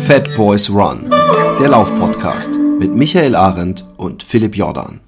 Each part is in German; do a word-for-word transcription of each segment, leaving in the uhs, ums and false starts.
Fat Boys Run, der Laufpodcast mit Michael Arendt und Philipp Jordan.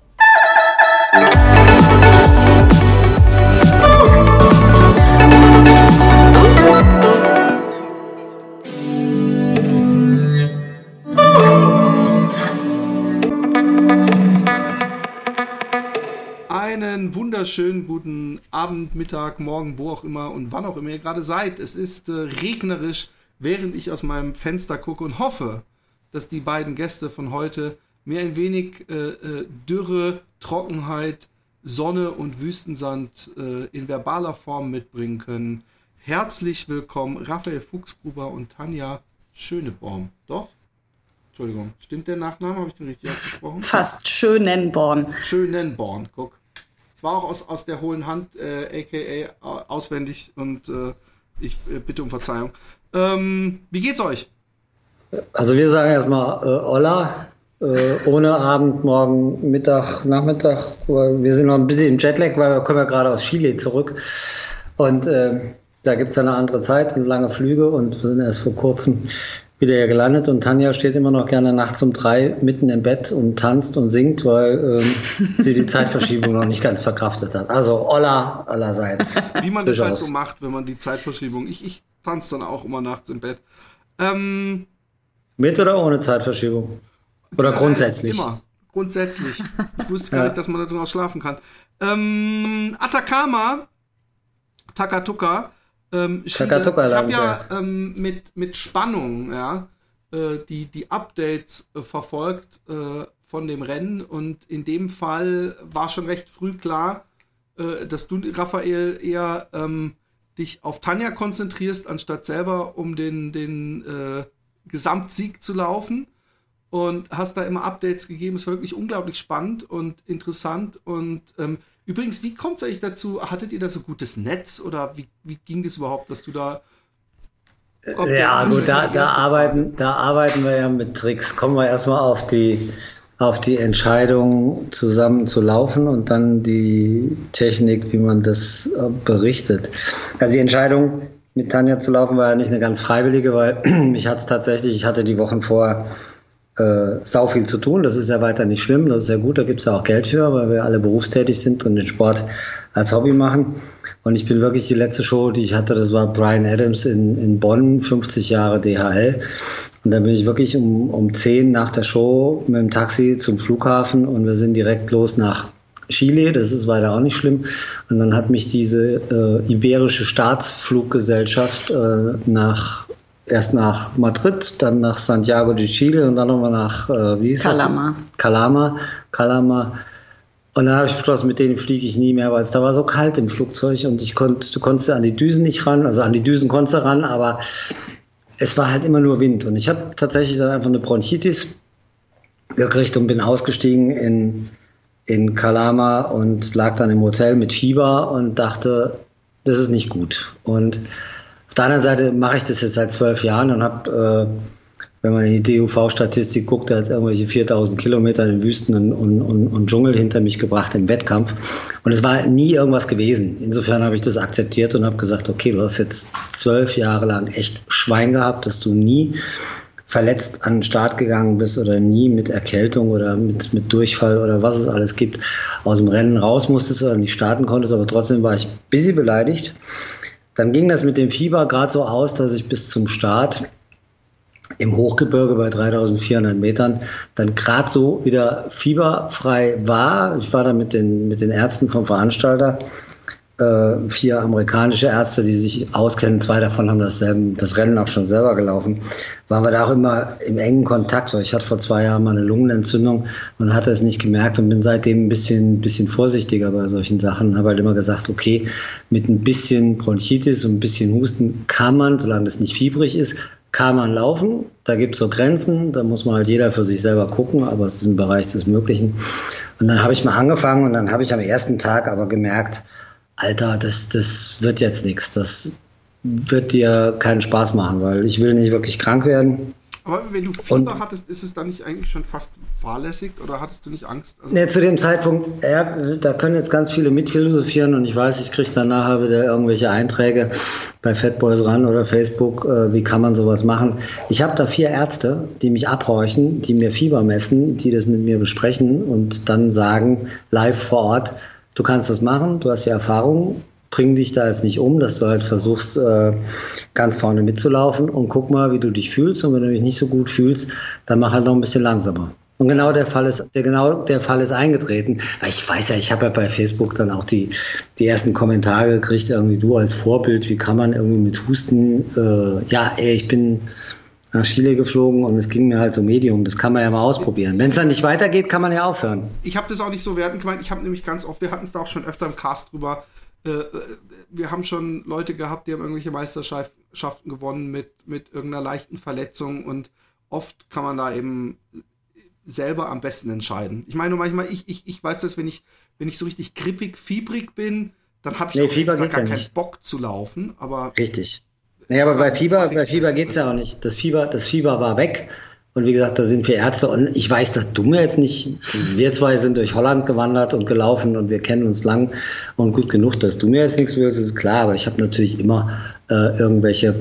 Einen wunderschönen guten Abend, Mittag, Morgen, wo auch immer und wann auch immer ihr gerade seid. Es ist äh, regnerisch, während ich aus meinem Fenster gucke und hoffe, dass die beiden Gäste von heute mir ein wenig äh, äh, Dürre, Trockenheit, Sonne und Wüstensand äh, in verbaler Form mitbringen können. Herzlich willkommen, Raphael Fuchsgruber und Tanja Schöneborn. Doch? Entschuldigung, stimmt der Nachname? Habe ich den richtig ausgesprochen? Fast Schönenborn. Schönenborn, guck. Es war auch aus, aus der hohlen Hand, äh, aka auswendig und äh, ich äh, bitte um Verzeihung. Ähm, wie geht's euch? Also wir sagen erstmal äh, Olla, äh, ohne Abend, morgen, Mittag, Nachmittag. Wir sind noch ein bisschen im Jetlag, weil wir kommen ja gerade aus Chile zurück und äh, da gibt es eine andere Zeit und lange Flüge und wir sind erst vor kurzem wieder hier gelandet und Tanja steht immer noch gerne nachts um drei mitten im Bett und tanzt und singt, weil ähm, sie die Zeitverschiebung noch nicht ganz verkraftet hat. Also Olla allerseits. Wie man das halt so macht, wenn man die Zeitverschiebung... Ich, ich tanze dann auch immer nachts im Bett. Ähm, Mit oder ohne Zeitverschiebung? Oder äh, grundsätzlich? Immer. Grundsätzlich. Ich wusste gar ja. nicht, dass man da drin auch schlafen kann. Ähm, Atacama, Takatuka, Ähm, Chile, ich habe ja ähm, mit, mit Spannung ja, äh, die, die Updates äh, verfolgt äh, von dem Rennen und in dem Fall war schon recht früh klar, äh, dass du, Raphael, eher ähm, dich auf Tanja konzentrierst, anstatt selber um den, den äh, Gesamtsieg zu laufen und hast da immer Updates gegeben. Es war wirklich unglaublich spannend und interessant und ähm, übrigens, wie kommt es eigentlich dazu? Hattet ihr da so gutes Netz oder wie, wie ging das überhaupt, dass du da... Ja, gut, da, da, arbeiten, da arbeiten wir ja mit Tricks. Kommen wir erstmal auf die, auf die Entscheidung, zusammen zu laufen und dann die Technik, wie man das berichtet. Also die Entscheidung, mit Tanja zu laufen, war ja nicht eine ganz freiwillige, weil mich hat es tatsächlich, ich hatte die Wochen vorher Äh, sau viel zu tun, das ist ja weiter nicht schlimm, das ist ja gut, da gibt es ja auch Geld für, weil wir alle berufstätig sind und den Sport als Hobby machen und ich bin wirklich, die letzte Show, die ich hatte, das war Bryan Adams in, in Bonn, fünfzig Jahre D H L und dann bin ich wirklich um, um zehn nach der Show mit dem Taxi zum Flughafen und wir sind direkt los nach Chile, das ist weiter auch nicht schlimm und dann hat mich diese äh, iberische Staatsfluggesellschaft äh, nach Erst nach Madrid, dann nach Santiago de Chile und dann nochmal nach, äh, wie hieß Calama. das? Calama. Calama. Und dann habe ich beschlossen, mit denen fliege ich nie mehr, weil es da war so kalt im Flugzeug und ich konnte, du konntest an die Düsen nicht ran, also an die Düsen konntest du ran, aber es war halt immer nur Wind. Und ich habe tatsächlich dann einfach eine Bronchitis gekriegt und bin ausgestiegen in, in Calama und lag dann im Hotel mit Fieber und dachte, das ist nicht gut. Und auf der anderen Seite mache ich das jetzt seit zwölf Jahren und habe, äh, wenn man in die D U V-Statistik guckt, da hat irgendwelche viertausend Kilometer in Wüsten und, und, und, und Dschungel hinter mich gebracht im Wettkampf. Und es war nie irgendwas gewesen. Insofern habe ich das akzeptiert und habe gesagt, okay, du hast jetzt zwölf Jahre lang echt Schwein gehabt, dass du nie verletzt an den Start gegangen bist oder nie mit Erkältung oder mit, mit Durchfall oder was es alles gibt, aus dem Rennen raus musstest oder nicht starten konntest. Aber trotzdem war ich ein bisschen beleidigt. Dann ging das mit dem Fieber gerade so aus, dass ich bis zum Start im Hochgebirge bei dreitausendvierhundert Metern dann gerade so wieder fieberfrei war. Ich war da mit den, mit den Ärzten vom Veranstalter, äh, vier amerikanische Ärzte, die sich auskennen. Zwei davon haben dasselbe, das Rennen auch schon selber gelaufen. Waren wir da auch immer im engen Kontakt, weil ich hatte vor zwei Jahren mal eine Lungenentzündung und hatte es nicht gemerkt und bin seitdem ein bisschen, bisschen vorsichtiger bei solchen Sachen. Habe halt immer gesagt, okay, mit ein bisschen Bronchitis und ein bisschen Husten kann man, solange das nicht fiebrig ist, kann man laufen. Da gibt es so Grenzen, da muss man halt jeder für sich selber gucken, aber es ist im Bereich des Möglichen. Und dann habe ich mal angefangen und dann habe ich am ersten Tag aber gemerkt, Alter, das, das wird jetzt nichts, das wird dir keinen Spaß machen, weil ich will nicht wirklich krank werden. Aber wenn du Fieber und, hattest, ist es dann nicht eigentlich schon fast fahrlässig oder hattest du nicht Angst? Also ne, zu dem Zeitpunkt, ja, da können jetzt ganz viele mitphilosophieren und ich weiß, ich kriege dann nachher wieder irgendwelche Einträge bei Fatboys Run oder Facebook, äh, wie kann man sowas machen. Ich habe da vier Ärzte, die mich abhorchen, die mir Fieber messen, die das mit mir besprechen und dann sagen, live vor Ort, du kannst das machen, du hast die Erfahrung, bring dich da jetzt nicht um, dass du halt versuchst, äh, ganz vorne mitzulaufen und guck mal, wie du dich fühlst. Und wenn du dich nicht so gut fühlst, dann mach halt noch ein bisschen langsamer. Und genau der Fall ist, der genau der Fall ist eingetreten. Ich weiß ja, ich habe ja bei Facebook dann auch die die ersten Kommentare gekriegt, irgendwie du als Vorbild, wie kann man irgendwie mit Husten, äh, ja, ey, ich bin nach Chile geflogen und es ging mir halt so Medium. Das kann man ja mal ausprobieren. Wenn es dann nicht weitergeht, kann man ja aufhören. Ich habe das auch nicht so wertend gemeint. Ich habe nämlich ganz oft, wir hatten es da auch schon öfter im Cast drüber, wir haben schon Leute gehabt, die haben irgendwelche Meisterschaften gewonnen mit, mit irgendeiner leichten Verletzung und oft kann man da eben selber am besten entscheiden. Ich meine, manchmal, ich, ich, ich weiß das, wenn ich, wenn ich so richtig grippig, fiebrig bin, dann habe ich nee, auch Fieber gar keinen ja Bock zu laufen. Aber richtig. Nee, aber bei Fieber, bei Fieber geht's ja auch nicht. Das Fieber, das Fieber war weg. Und wie gesagt, da sind wir Ärzte und ich weiß, dass du mir jetzt nicht, wir zwei sind durch Holland gewandert und gelaufen und wir kennen uns lang und gut genug, dass du mir jetzt nichts willst, ist klar, aber ich habe natürlich immer äh, irgendwelche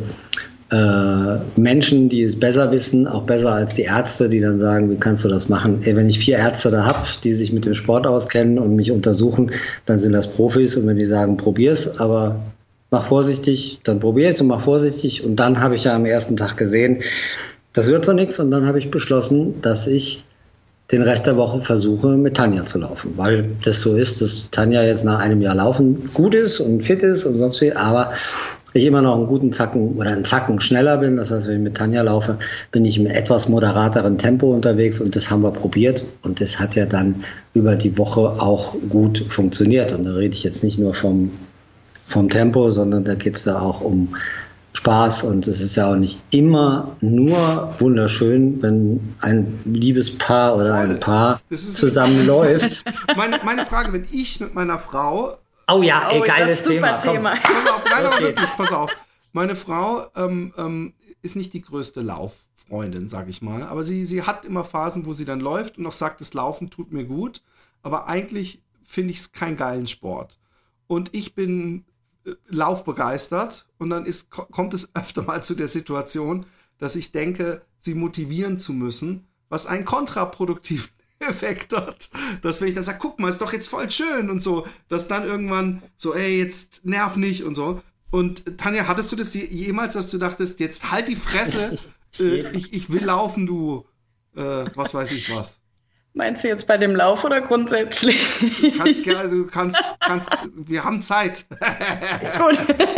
äh, Menschen, die es besser wissen, auch besser als die Ärzte, die dann sagen, wie kannst du das machen? Ey, wenn ich vier Ärzte da habe, die sich mit dem Sport auskennen und mich untersuchen, dann sind das Profis und wenn die sagen, probier's, aber mach vorsichtig, dann probier's und mach vorsichtig und dann habe ich ja am ersten Tag gesehen, das wird so nichts und dann habe ich beschlossen, dass ich den Rest der Woche versuche, mit Tanja zu laufen, weil das so ist, dass Tanja jetzt nach einem Jahr Laufen gut ist und fit ist und sonst viel, aber ich immer noch einen guten Zacken oder einen Zacken schneller bin. Das heißt, wenn ich mit Tanja laufe, bin ich im etwas moderateren Tempo unterwegs und das haben wir probiert und das hat ja dann über die Woche auch gut funktioniert und da rede ich jetzt nicht nur vom, vom Tempo, sondern da geht es da auch um Spaß und es ist ja auch nicht immer nur wunderschön, wenn ein Liebespaar oder Voll. ein Paar zusammenläuft. Meine, meine Frage, wenn ich mit meiner Frau... Oh ja, ey, oh, geiles Thema. Thema. Pass auf, nein, aber wirklich, pass auf. Meine Frau ähm, ähm, ist nicht die größte Lauffreundin, sag ich mal, aber sie, sie hat immer Phasen, wo sie dann läuft und auch sagt, das Laufen tut mir gut, aber eigentlich finde ich es keinen geilen Sport. Und ich bin laufbegeistert und dann ist, kommt es öfter mal zu der Situation, dass ich denke, sie motivieren zu müssen, was einen kontraproduktiven Effekt hat. Dass wenn ich dann sage, guck mal, ist doch jetzt voll schön und so, dass dann irgendwann so, ey, jetzt nerv nicht und so. Und Tanja, hattest du das jemals, dass du dachtest, jetzt halt die Fresse, äh, ich, ich will laufen, du, äh, was weiß ich was. Meinst du jetzt bei dem Lauf oder grundsätzlich? Du kannst gerne, du kannst, kannst, wir haben Zeit. Gut.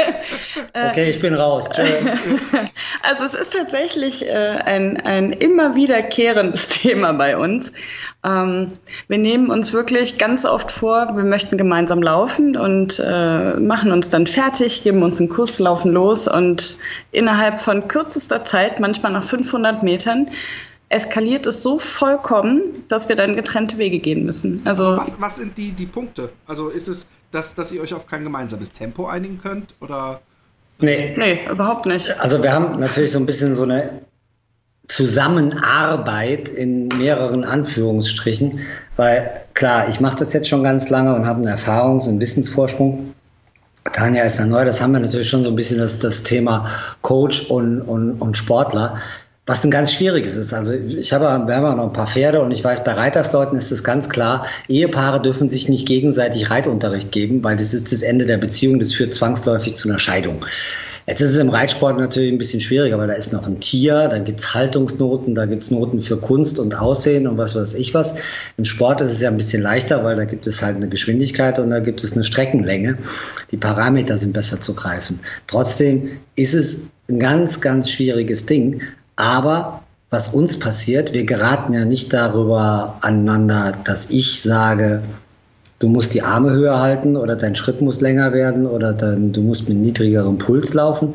Okay, ich bin raus. Also es ist tatsächlich äh, ein, ein immer wiederkehrendes Thema bei uns. Ähm, wir nehmen uns wirklich ganz oft vor, wir möchten gemeinsam laufen und äh, machen uns dann fertig, geben uns einen Kurs, laufen los und innerhalb von kürzester Zeit, manchmal nach fünfhundert Metern, eskaliert es so vollkommen, dass wir dann getrennte Wege gehen müssen. Also was, was sind die, die Punkte? Also ist es, dass, dass ihr euch auf kein gemeinsames Tempo einigen könnt? Oder? Nee. Nee, überhaupt nicht. Also wir haben natürlich so ein bisschen so eine Zusammenarbeit in mehreren Anführungsstrichen, weil klar, ich mache das jetzt schon ganz lange und habe einen Erfahrungs- und Wissensvorsprung. Tanja ist da neu, das haben wir natürlich schon so ein bisschen das, das Thema Coach und, und, und Sportler. Was ein ganz schwieriges ist. Also ich habe, wir haben ja noch ein paar Pferde und ich weiß, bei Reitersleuten ist es ganz klar, Ehepaare dürfen sich nicht gegenseitig Reitunterricht geben, weil das ist das Ende der Beziehung, das führt zwangsläufig zu einer Scheidung. Jetzt ist es im Reitsport natürlich ein bisschen schwieriger, weil da ist noch ein Tier, da gibt's Haltungsnoten, da gibt's Noten für Kunst und Aussehen und was weiß ich was. Im Sport ist es ja ein bisschen leichter, weil da gibt es halt eine Geschwindigkeit und da gibt es eine Streckenlänge. Die Parameter sind besser zu greifen. Trotzdem ist es ein ganz, ganz schwieriges Ding. Aber was uns passiert, wir geraten ja nicht darüber aneinander, dass ich sage, du musst die Arme höher halten oder dein Schritt muss länger werden oder dann, du musst mit niedrigerem Puls laufen.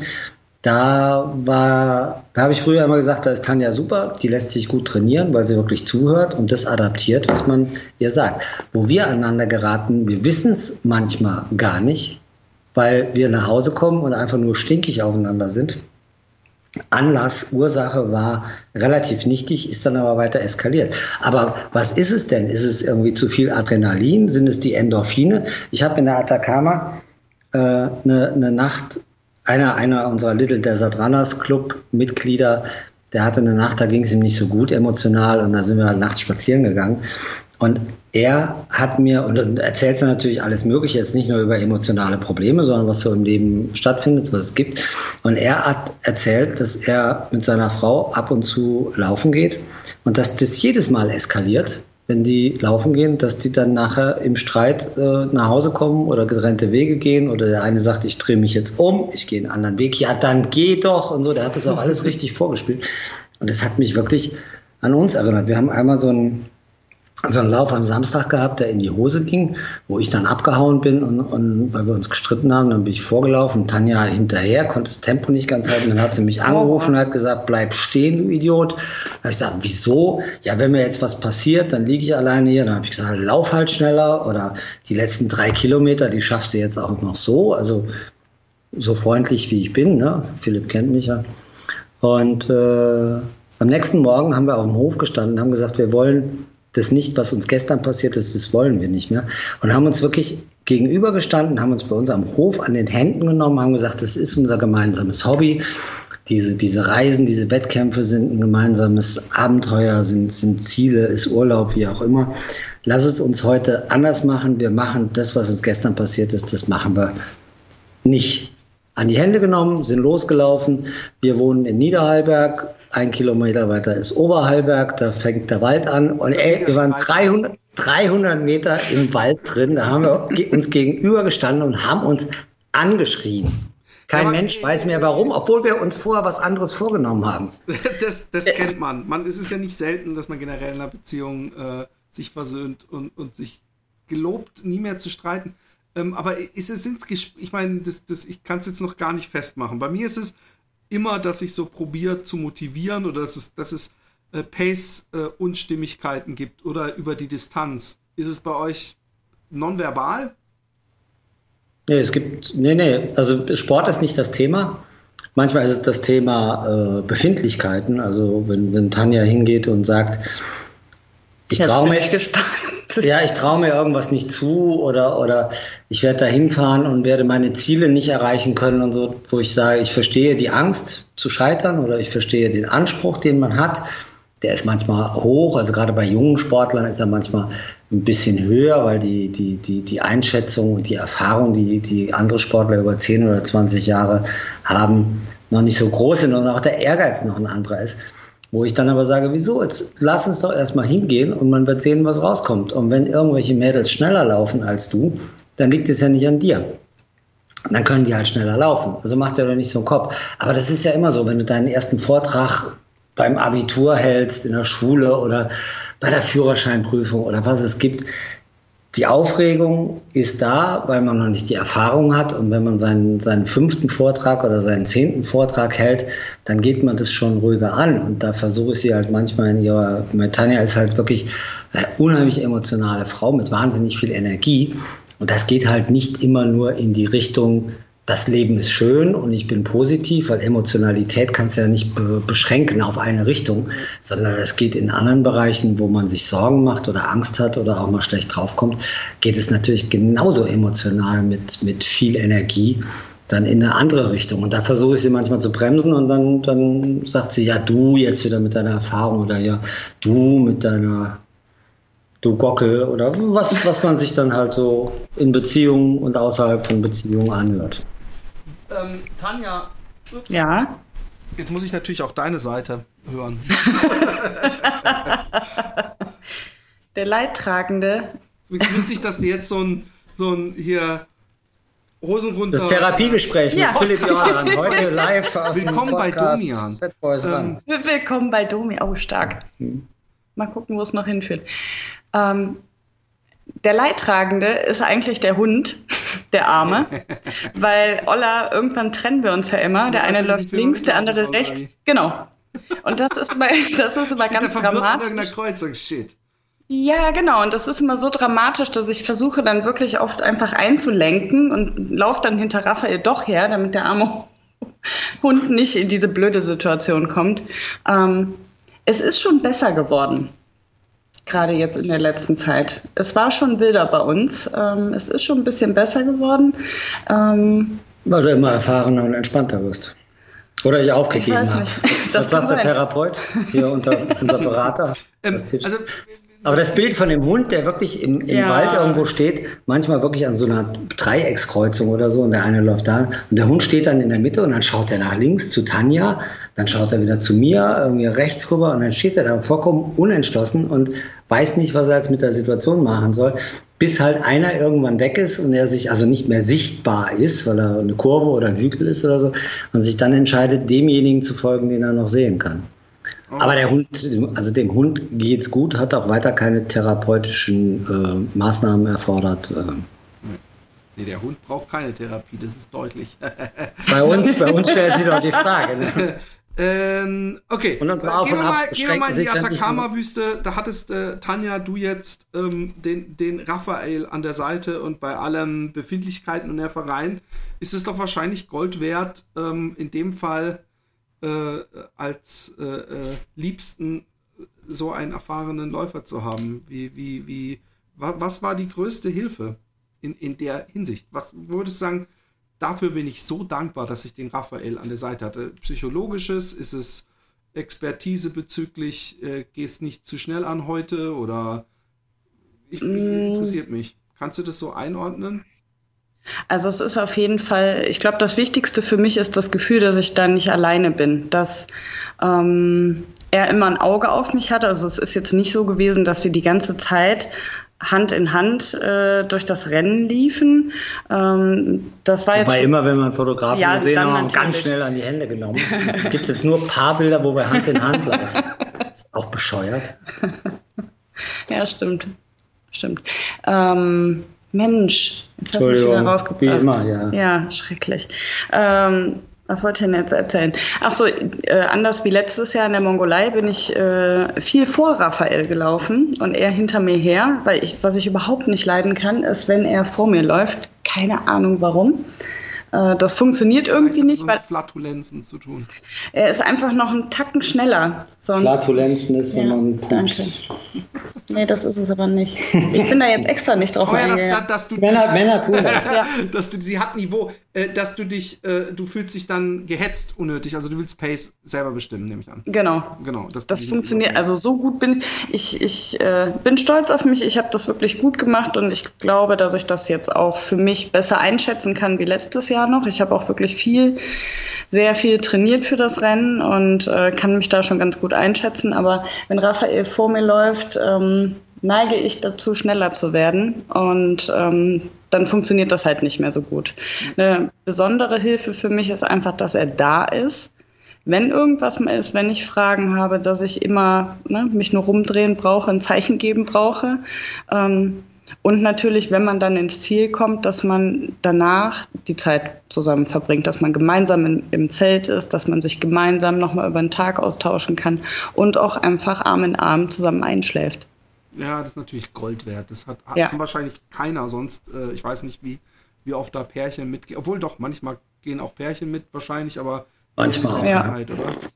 Da war, da habe ich früher immer gesagt, da ist Tanja super, die lässt sich gut trainieren, weil sie wirklich zuhört und das adaptiert, was man ihr sagt. Wo wir aneinander geraten, wir wissen es manchmal gar nicht, weil wir nach Hause kommen und einfach nur stinkig aufeinander sind. Anlass, Ursache war relativ nichtig, ist dann aber weiter eskaliert. Aber was ist es denn? Ist es irgendwie zu viel Adrenalin? Sind es die Endorphine? Ich habe in der Atacama eine äh, ne, ne Nacht, einer, einer unserer Little Desert Runners Club Mitglieder, der hatte eine Nacht, da ging es ihm nicht so gut emotional und da sind wir halt nachts spazieren gegangen. Und er hat mir, und dann erzählt er natürlich alles Mögliche, jetzt nicht nur über emotionale Probleme, sondern was so im Leben stattfindet, was es gibt. Und er hat erzählt, dass er mit seiner Frau ab und zu laufen geht und dass das jedes Mal eskaliert, wenn die laufen gehen, dass die dann nachher im Streit äh, nach Hause kommen oder getrennte Wege gehen oder der eine sagt, ich drehe mich jetzt um, ich gehe einen anderen Weg, ja dann geh doch und so. Der hat das auch alles richtig vorgespielt und das hat mich wirklich an uns erinnert. Wir haben einmal so einen so einen Lauf am Samstag gehabt, der in die Hose ging, wo ich dann abgehauen bin und, und weil wir uns gestritten haben, dann bin ich vorgelaufen, Tanja hinterher, konnte das Tempo nicht ganz halten, dann hat sie mich angerufen und hat gesagt, bleib stehen, du Idiot. Dann habe ich gesagt, wieso? Ja, wenn mir jetzt was passiert, dann liege ich alleine hier. Dann habe ich gesagt, lauf halt schneller oder die letzten drei Kilometer, die schaffst du jetzt auch noch so, also so freundlich wie ich bin, ne? Philipp kennt mich ja. Und äh, am nächsten Morgen haben wir auf dem Hof gestanden und haben gesagt, wir wollen das nicht, was uns gestern passiert ist, das wollen wir nicht mehr. Und haben uns wirklich gegenübergestanden, haben uns bei uns am Hof an den Händen genommen, haben gesagt, das ist unser gemeinsames Hobby. Diese, diese Reisen, diese Wettkämpfe sind ein gemeinsames Abenteuer, sind, sind Ziele, ist Urlaub, wie auch immer. Lass es uns heute anders machen. Wir machen das, was uns gestern passiert ist, das machen wir nicht. An die Hände genommen, sind losgelaufen. Wir wohnen in Niederhallberg. Ein Kilometer weiter ist Oberhallberg, da fängt der Wald an. Und ey, wir waren dreihundert, dreihundert Meter im Wald drin. Da haben wir uns gegenüber gestanden und haben uns angeschrien. Kein Aber Mensch weiß mehr warum, obwohl wir uns vorher was anderes vorgenommen haben. Das, das kennt man. man. Es ist ja nicht selten, dass man generell in einer Beziehung äh, sich versöhnt und, und sich gelobt, nie mehr zu streiten. Ähm, aber ist es, sind ich meine, das, das, ich kann es jetzt noch gar nicht festmachen. Bei mir ist es immer, dass ich so probiere zu motivieren oder dass es, dass es äh, Pace-Unstimmigkeiten äh, gibt oder über die Distanz. Ist es bei euch nonverbal? Nee, es gibt, nee, nee, also Sport ist nicht das Thema. Manchmal ist es das Thema äh, Befindlichkeiten. Also wenn, wenn Tanja hingeht und sagt, ich traue mich gespannt. Ja, ich traue mir irgendwas nicht zu oder, oder ich werde da hinfahren und werde meine Ziele nicht erreichen können und so, wo ich sage, ich verstehe die Angst zu scheitern oder ich verstehe den Anspruch, den man hat. Der ist manchmal hoch, also gerade bei jungen Sportlern ist er manchmal ein bisschen höher, weil die, die, die, die Einschätzung und die Erfahrung, die, die andere Sportler über zehn oder zwanzig Jahre haben, noch nicht so groß sind und auch der Ehrgeiz noch ein anderer ist. Wo ich dann aber sage, wieso? Jetzt lass uns doch erstmal hingehen und man wird sehen, was rauskommt. Und wenn irgendwelche Mädels schneller laufen als du, dann liegt es ja nicht an dir. Dann können die halt schneller laufen. Also mach dir doch nicht so einen Kopf. Aber das ist ja immer so, wenn du deinen ersten Vortrag beim Abitur hältst, in der Schule oder bei der Führerscheinprüfung oder was es gibt. Die Aufregung ist da, weil man noch nicht die Erfahrung hat. Und wenn man seinen, seinen fünften Vortrag oder seinen zehnten Vortrag hält, dann geht man das schon ruhiger an. Und da versuche ich sie halt manchmal in ihrer, Tanja ist halt wirklich eine unheimlich emotionale Frau mit wahnsinnig viel Energie. Und das geht halt nicht immer nur in die Richtung, das Leben ist schön und ich bin positiv, weil Emotionalität kannst du ja nicht be- beschränken auf eine Richtung, sondern es geht in anderen Bereichen, wo man sich Sorgen macht oder Angst hat oder auch mal schlecht draufkommt, geht es natürlich genauso emotional mit, mit viel Energie dann in eine andere Richtung. Und da versuche ich sie manchmal zu bremsen und dann, dann sagt sie, ja du jetzt wieder mit deiner Erfahrung oder ja du mit deiner, du Gockel oder was, was man sich dann halt so in Beziehungen und außerhalb von Beziehungen anhört. Ähm, Tanja, ups. Ja. Jetzt muss ich natürlich auch deine Seite hören. Der Leidtragende. Jetzt wüsste ich, dass wir jetzt so ein, so ein hier Hosen runter. Das Therapiegespräch mit ja. Philipp Jordan. Heute live aus Willkommen dem Podcast bei Domian. Ähm, Willkommen bei Domi. Oh, stark. Hm. Mal gucken, wo es noch hinführt. Ähm, Der Leidtragende ist eigentlich der Hund, der Arme, weil Olla, irgendwann trennen wir uns ja immer. Der eine läuft links, der andere rechts. Genau. Und das ist immer, das ist immer ganz dramatisch. In der Kreuzung, shit. Ja, genau. Und das ist immer so dramatisch, dass ich versuche dann wirklich oft einfach einzulenken und laufe dann hinter Raphael doch her, damit der Arme Hund nicht in diese blöde Situation kommt. Ähm, es ist schon besser geworden, gerade jetzt in der letzten Zeit. Es war schon wilder bei uns. Ähm, es ist schon ein bisschen besser geworden. Ähm, Weil du immer erfahrener und entspannter wirst. Oder ich aufgegeben ich habe. Was sagt der Therapeut, hier unter, unser Berater? Ähm, also, aber das Bild von dem Hund, der wirklich im, im ja. Wald irgendwo steht, manchmal wirklich an so einer Dreieckskreuzung oder so, und der eine läuft da, und der Hund steht dann in der Mitte und dann schaut er nach links zu Tanja, dann schaut er wieder zu mir, irgendwie rechts rüber, und dann steht er da vollkommen unentschlossen und weiß nicht, was er jetzt mit der Situation machen soll, bis halt einer irgendwann weg ist und er sich also nicht mehr sichtbar ist, weil er eine Kurve oder ein Hügel ist oder so, und sich dann entscheidet, demjenigen zu folgen, den er noch sehen kann. Oh. Aber der Hund, also dem Hund geht's gut, hat auch weiter keine therapeutischen äh, Maßnahmen erfordert. Äh. Nee, der Hund braucht keine Therapie, das ist deutlich. Bei uns, bei uns stellt sich doch die Frage. Ne? ähm, okay, und unsere Auf- gehen, wir und mal, gehen wir mal in die sich Atacama-Wüste. Da hattest äh, Tanja, du jetzt ähm, den, den Raphael an der Seite, und bei allen Befindlichkeiten und Nervereien ist es doch wahrscheinlich Gold wert, ähm, in dem Fall Äh, als äh, äh, Liebsten so einen erfahrenen Läufer zu haben. Wie, wie, wie, wa, was war die größte Hilfe in, in der Hinsicht? Was würdest du sagen, dafür bin ich so dankbar, dass ich den Raphael an der Seite hatte? Psychologisches? Ist es Expertise bezüglich, äh, gehst nicht zu schnell an heute? Oder ich, mm. interessiert mich. Kannst du das so einordnen? Also es ist auf jeden Fall, ich glaube, das Wichtigste für mich ist das Gefühl, dass ich da nicht alleine bin, dass ähm, er immer ein Auge auf mich hatte. Also es ist jetzt nicht so gewesen, dass wir die ganze Zeit Hand in Hand äh, durch das Rennen liefen. Ähm, das war Wobei jetzt immer, wenn man Fotografen ja, gesehen haben, natürlich. ganz schnell an die Hände genommen. Es gibt jetzt nur ein paar Bilder, wo wir Hand in Hand laufen. Ist auch bescheuert. Ja, stimmt. Stimmt. Ähm, Mensch, jetzt hast du mich wieder rausgebracht. Wie immer, ja. Ja, schrecklich. Ähm, was wollte ich denn jetzt erzählen? Ach so, äh, anders wie letztes Jahr in der Mongolei bin ich äh, viel vor Raphael gelaufen und er hinter mir her, weil ich, was ich überhaupt nicht leiden kann, ist, wenn er vor mir läuft. Keine Ahnung warum. Äh, das funktioniert irgendwie nicht. So weil Flatulenzen zu tun. Er ist einfach noch einen Tacken schneller. So ein, Flatulenzen ist, wenn ja, man pupst. Nee, das ist es aber nicht. Ich bin da jetzt extra nicht drauf oh ja, eingegangen. dass, dass du Männer, dich, Männer tun das. Ja. dass du, sie hat Niveau, äh, dass du dich, äh, du fühlst dich dann gehetzt unnötig, also du willst Pace selber bestimmen, nehme ich an. Genau. Genau. Das, das funktioniert, also so gut bin ich, ich äh, bin stolz auf mich, ich habe das wirklich gut gemacht und ich glaube, dass ich das jetzt auch für mich besser einschätzen kann wie letztes Jahr noch. Ich habe auch wirklich viel, sehr viel trainiert für das Rennen und äh, kann mich da schon ganz gut einschätzen, aber wenn Raphael vor mir läuft, ähm, neige ich dazu, schneller zu werden und ähm, dann funktioniert das halt nicht mehr so gut. Eine besondere Hilfe für mich ist einfach, dass er da ist. Wenn irgendwas mal ist, wenn ich Fragen habe, dass ich immer ne, mich nur rumdrehen brauche, ein Zeichen geben brauche. Ähm, und natürlich, wenn man dann ins Ziel kommt, dass man danach die Zeit zusammen verbringt, dass man gemeinsam in, im Zelt ist, dass man sich gemeinsam nochmal über den Tag austauschen kann und auch einfach Arm in Arm zusammen einschläft. Ja, das ist natürlich Gold wert. Das hat, hat ja. wahrscheinlich keiner sonst. Äh, ich weiß nicht, wie, wie oft da Pärchen mitgehen. Obwohl doch, manchmal gehen auch Pärchen mit wahrscheinlich, aber manchmal auch. Ja. Oder?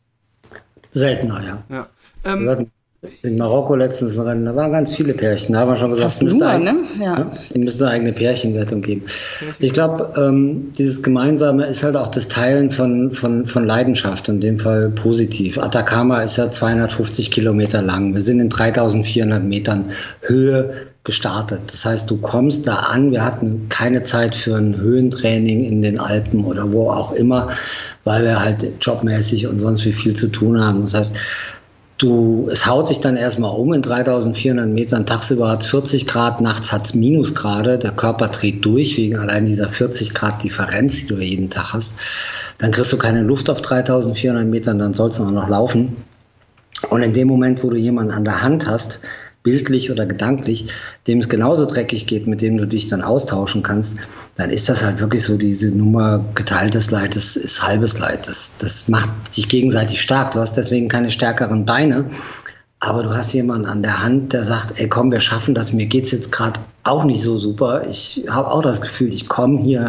Seltener, ja. ja. Ähm, wir hatten in Marokko letztens ein Rennen, da waren ganz viele Pärchen. Da haben wir schon gesagt, es müsste, ein, ne? ja. Ja, müsste eine eigene Pärchenwertung geben. Pärchen. Ich glaube, ähm, dieses Gemeinsame ist halt auch das Teilen von, von, von Leidenschaft, in dem Fall positiv. Atacama ist ja zweihundertfünfzig Kilometer lang. Wir sind in dreitausendvierhundert Metern Höhe gestartet. Das heißt, du kommst da an, wir hatten keine Zeit für ein Höhentraining in den Alpen oder wo auch immer, weil wir halt jobmäßig und sonst wie viel zu tun haben. Das heißt, du, es haut dich dann erstmal um in dreitausendvierhundert Metern. Tagsüber hat es vierzig Grad, nachts hat es Minusgrade. Der Körper dreht durch wegen allein dieser vierzig Grad Differenz, die du jeden Tag hast. Dann kriegst du keine Luft auf dreitausendvierhundert Metern, dann sollst du auch noch laufen. Und in dem Moment, wo du jemanden an der Hand hast, bildlich oder gedanklich, dem es genauso dreckig geht, mit dem du dich dann austauschen kannst, dann ist das halt wirklich so diese Nummer, geteiltes Leid, das ist halbes Leid. Das, das macht dich gegenseitig stark. Du hast deswegen keine stärkeren Beine, aber du hast jemanden an der Hand, der sagt, ey komm, wir schaffen das, mir geht's jetzt gerade auch nicht so super. Ich habe auch das Gefühl, ich komme hier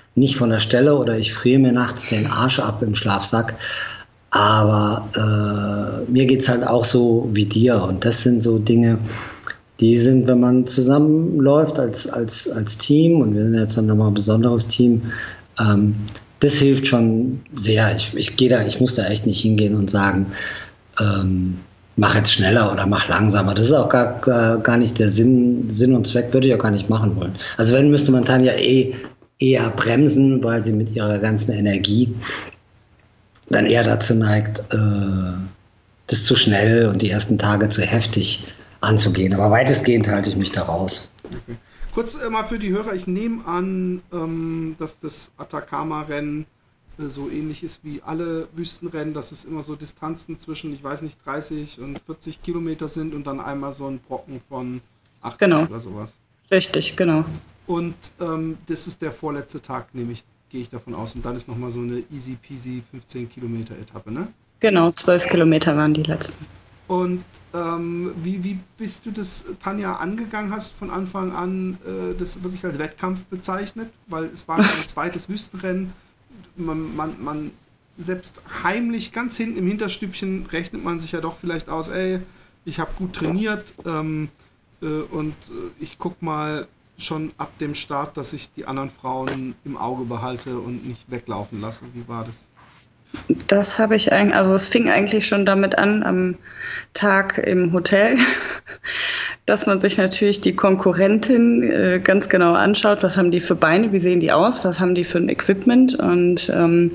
nicht von der Stelle oder ich friere mir nachts den Arsch ab im Schlafsack. Aber äh, mir geht's halt auch so wie dir. Und das sind so Dinge, die sind, wenn man zusammenläuft als, als, als Team, und wir sind jetzt dann nochmal ein besonderes Team, ähm, das hilft schon sehr. Ich, ich gehe da, ich muss da echt nicht hingehen und sagen, ähm, mach jetzt schneller oder mach langsamer. Das ist auch gar, gar, gar nicht der Sinn, Sinn und Zweck, würde ich auch gar nicht machen wollen. Also wenn, müsste man Tanja eh eher bremsen, weil sie mit ihrer ganzen Energie dann eher dazu neigt, äh, das zu schnell und die ersten Tage zu heftig anzugehen. Aber weitestgehend halte ich mich da raus. Okay. Kurz äh, mal für die Hörer, ich nehme an, ähm, dass das Atacama-Rennen äh, so ähnlich ist wie alle Wüstenrennen, dass es immer so Distanzen zwischen, ich weiß nicht, dreißig und vierzig Kilometer sind und dann einmal so ein Brocken von achtzig genau. oder sowas. Richtig, genau. Und ähm, das ist der vorletzte Tag, nämlich gehe ich davon aus. Und dann ist nochmal so eine easy peasy fünfzehn Kilometer Etappe, ne? Genau, zwölf Kilometer waren die letzten. Und ähm, wie, wie bist du das, Tanja, angegangen? Hast von Anfang an äh, das wirklich als Wettkampf bezeichnet? Weil es war ein zweites Wüstenrennen. Man, man, man selbst heimlich, ganz hinten im Hinterstübchen, rechnet man sich ja doch vielleicht aus, ey, ich habe gut trainiert ähm, äh, und äh, ich guck mal schon ab dem Start, dass ich die anderen Frauen im Auge behalte und nicht weglaufen lasse. Wie war das? Das habe ich eigentlich, also es fing eigentlich schon damit an am Tag im Hotel, dass man sich natürlich die Konkurrentin äh, ganz genau anschaut, was haben die für Beine, wie sehen die aus, was haben die für ein Equipment, und ähm,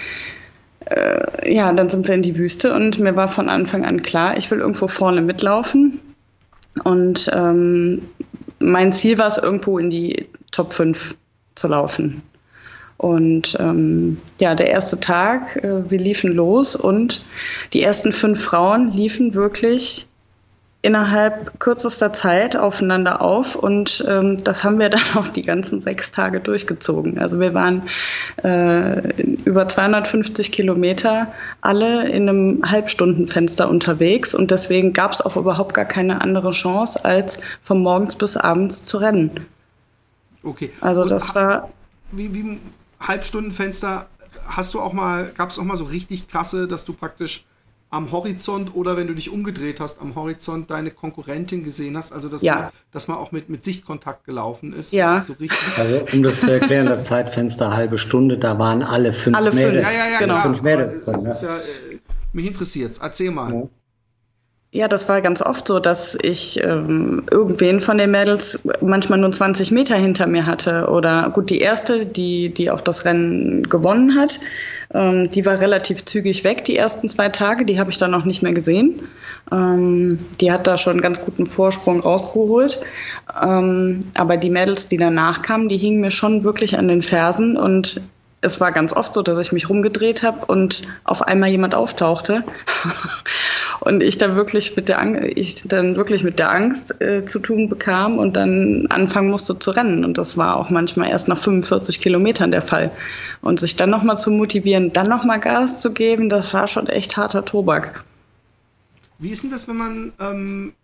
äh, ja, dann sind wir in die Wüste und mir war von Anfang an klar, ich will irgendwo vorne mitlaufen, und ähm, mein Ziel war es, irgendwo in die Top fünf zu laufen. Und ähm, ja, der erste Tag, äh, wir liefen los und die ersten fünf Frauen liefen wirklich innerhalb kürzester Zeit aufeinander auf, und ähm, das haben wir dann auch die ganzen sechs Tage durchgezogen. Also wir waren äh, über zweihundertfünfzig Kilometer alle in einem Halbstundenfenster unterwegs, und deswegen gab es auch überhaupt gar keine andere Chance, als von morgens bis abends zu rennen. Okay. Also und das war... Wie, wie Halbstundenfenster, hast du auch mal, gab es auch mal so richtig krasse, dass du praktisch am Horizont oder wenn du dich umgedreht hast, am Horizont deine Konkurrentin gesehen hast, also dass, ja. du, dass man auch mit, mit Sichtkontakt gelaufen ist? Ja. So richtig also um das zu erklären, das Zeitfenster halbe Stunde, da waren alle fünf alle Mädels. Fünf. Ja, ja, ja, genau. klar. Fünf Mädels das drin, ist ja, äh, mich interessiert's. Erzähl mal. Ja. Ja, das war ganz oft so, dass ich ähm, irgendwen von den Mädels manchmal nur zwanzig Meter hinter mir hatte. Oder gut, die erste, die, die auch das Rennen gewonnen hat, ähm, die war relativ zügig weg, die ersten zwei Tage. Die habe ich dann noch nicht mehr gesehen. Ähm, die hat da schon einen ganz guten Vorsprung rausgeholt. Ähm, aber die Mädels, die danach kamen, die hingen mir schon wirklich an den Fersen, und es war ganz oft so, dass ich mich rumgedreht habe und auf einmal jemand auftauchte und ich dann wirklich mit der, Ang- ich dann wirklich mit der Angst äh, zu tun bekam und dann anfangen musste zu rennen. Und das war auch manchmal erst nach fünfundvierzig Kilometern der Fall. Und sich dann nochmal zu motivieren, dann nochmal Gas zu geben, das war schon echt harter Tobak. Wie ist denn das, wenn man ähm,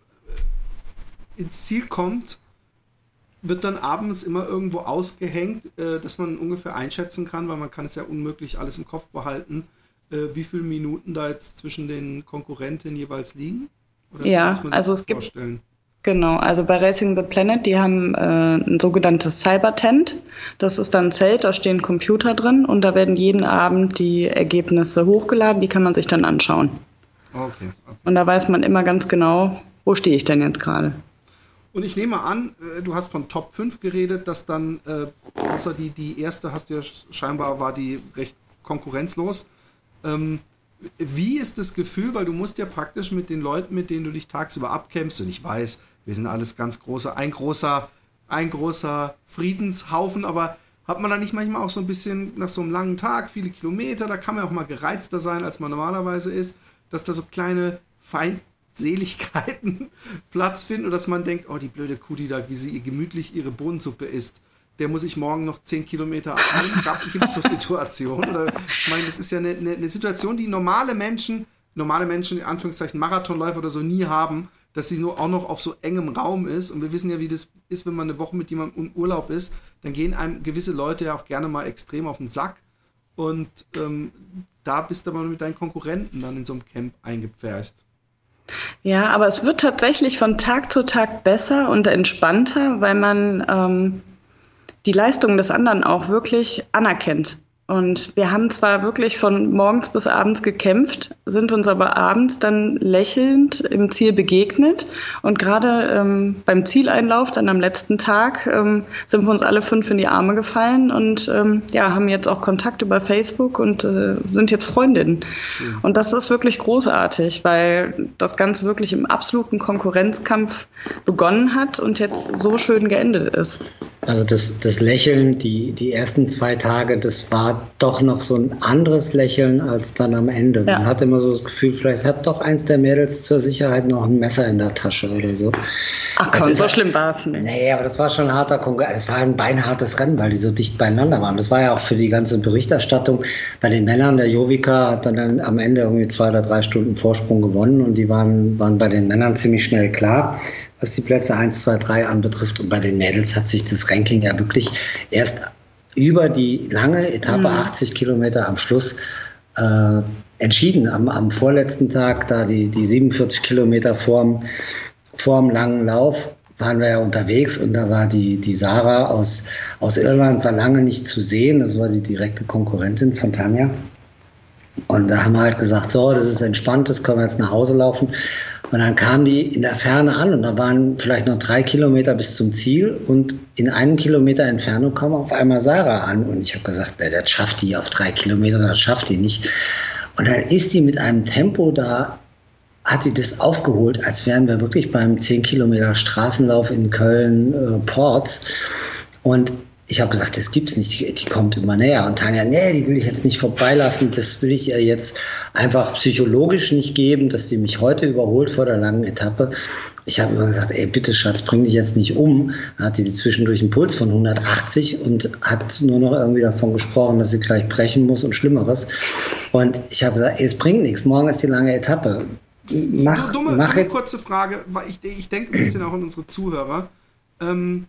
ins Ziel kommt? Wird dann abends immer irgendwo ausgehängt, äh, dass man ungefähr einschätzen kann, weil man kann es ja unmöglich alles im Kopf behalten, äh, wie viele Minuten da jetzt zwischen den Konkurrentinnen jeweils liegen? Oder ja, muss man sich also das es gibt, vorstellen? Genau, also bei Racing the Planet, die haben äh, ein sogenanntes Cyber-Tent. Das ist dann ein Zelt, da stehen Computer drin, und da werden jeden Abend die Ergebnisse hochgeladen, die kann man sich dann anschauen. Okay, okay. Und da weiß man immer ganz genau, wo stehe ich denn jetzt gerade. Und ich nehme an, du hast von Top fünf geredet, dass dann, äh, außer die, die erste hast du ja scheinbar, war die recht konkurrenzlos. Ähm, wie ist das Gefühl, weil du musst ja praktisch mit den Leuten, mit denen du dich tagsüber abkämpfst, und ich weiß, wir sind alles ganz große, ein großer, ein großer Friedenshaufen, aber hat man da nicht manchmal auch so ein bisschen nach so einem langen Tag, viele Kilometer, da kann man auch mal gereizter sein, als man normalerweise ist, dass da so kleine Feind Seligkeiten Platz finden, oder dass man denkt, oh, die blöde Kuh, die da, wie sie ihr gemütlich ihre Bohnensuppe isst, der muss ich morgen noch zehn Kilometer abnehmen. Gibt es so Situationen? Oder, ich meine, das ist ja eine, eine, eine Situation, die normale Menschen, normale Menschen, in Anführungszeichen Marathonläufer oder so, nie haben, dass sie nur auch noch auf so engem Raum ist. Und wir wissen ja, wie das ist, wenn man eine Woche mit jemandem im Urlaub ist, dann gehen einem gewisse Leute ja auch gerne mal extrem auf den Sack. Und ähm, da bist du aber mit deinen Konkurrenten dann in so einem Camp eingepfercht. Ja, aber es wird tatsächlich von Tag zu Tag besser und entspannter, weil man ähm, die Leistungen des anderen auch wirklich anerkennt. Und wir haben zwar wirklich von morgens bis abends gekämpft, sind uns aber abends dann lächelnd im Ziel begegnet. Und gerade ähm, beim Zieleinlauf, dann am letzten Tag, ähm, sind wir uns alle fünf in die Arme gefallen und ähm, ja, haben jetzt auch Kontakt über Facebook und äh, sind jetzt Freundinnen. Schön. Und das ist wirklich großartig, weil das Ganze wirklich im absoluten Konkurrenzkampf begonnen hat und jetzt so schön geendet ist. Also das, das Lächeln, die, die ersten zwei Tage, das war doch noch so ein anderes Lächeln als dann am Ende. Ja. Man hat immer so das Gefühl, vielleicht hat doch eins der Mädels zur Sicherheit noch ein Messer in der Tasche oder so. Ach komm, so schlimm war es nicht. Nee, aber das war schon ein harter Konkurrenz. Es war ein beinhartes Rennen, weil die so dicht beieinander waren. Das war ja auch für die ganze Berichterstattung bei den Männern. Der Jovica hat dann, dann am Ende irgendwie zwei oder drei Stunden Vorsprung gewonnen und die waren, waren bei den Männern ziemlich schnell klar, was die Plätze eins, zwei, drei anbetrifft. Und bei den Mädels hat sich das Ranking ja wirklich erst über die lange Etappe, mhm. achtzig Kilometer am Schluss, äh, entschieden. Am, am vorletzten Tag, da die, die siebenundvierzig Kilometer vorm, vorm langen Lauf, waren wir ja unterwegs und da war die, die Sarah aus, aus Irland, war lange nicht zu sehen. Das war die direkte Konkurrentin von Tanja. Und da haben wir halt gesagt, so, das ist entspannt, das können wir jetzt nach Hause laufen. Und dann kamen die in der Ferne an und da waren vielleicht noch drei Kilometer bis zum Ziel und in einem Kilometer Entfernung kam auf einmal Sarah an und ich habe gesagt, na, das schafft die auf drei Kilometer, das schafft die nicht. Und dann ist die mit einem Tempo da, hat die das aufgeholt, als wären wir wirklich beim zehn Kilometer Straßenlauf in Köln-Porz. Äh, und ich habe gesagt, das gibt's nicht, die, die kommt immer näher. Und Tanja, nee, die will ich jetzt nicht vorbeilassen, das will ich ihr jetzt einfach psychologisch nicht geben, dass sie mich heute überholt vor der langen Etappe. Ich habe immer gesagt, ey, bitte Schatz, bring dich jetzt nicht um. Dann hat die zwischendurch einen Puls von hundertachtzig und hat nur noch irgendwie davon gesprochen, dass sie gleich brechen muss und Schlimmeres. Und ich habe gesagt, ey, es bringt nichts, morgen ist die lange Etappe. Mach, dumme, mach dumme kurze Frage, weil ich, ich denke ein bisschen auch an unsere Zuhörer. Ähm,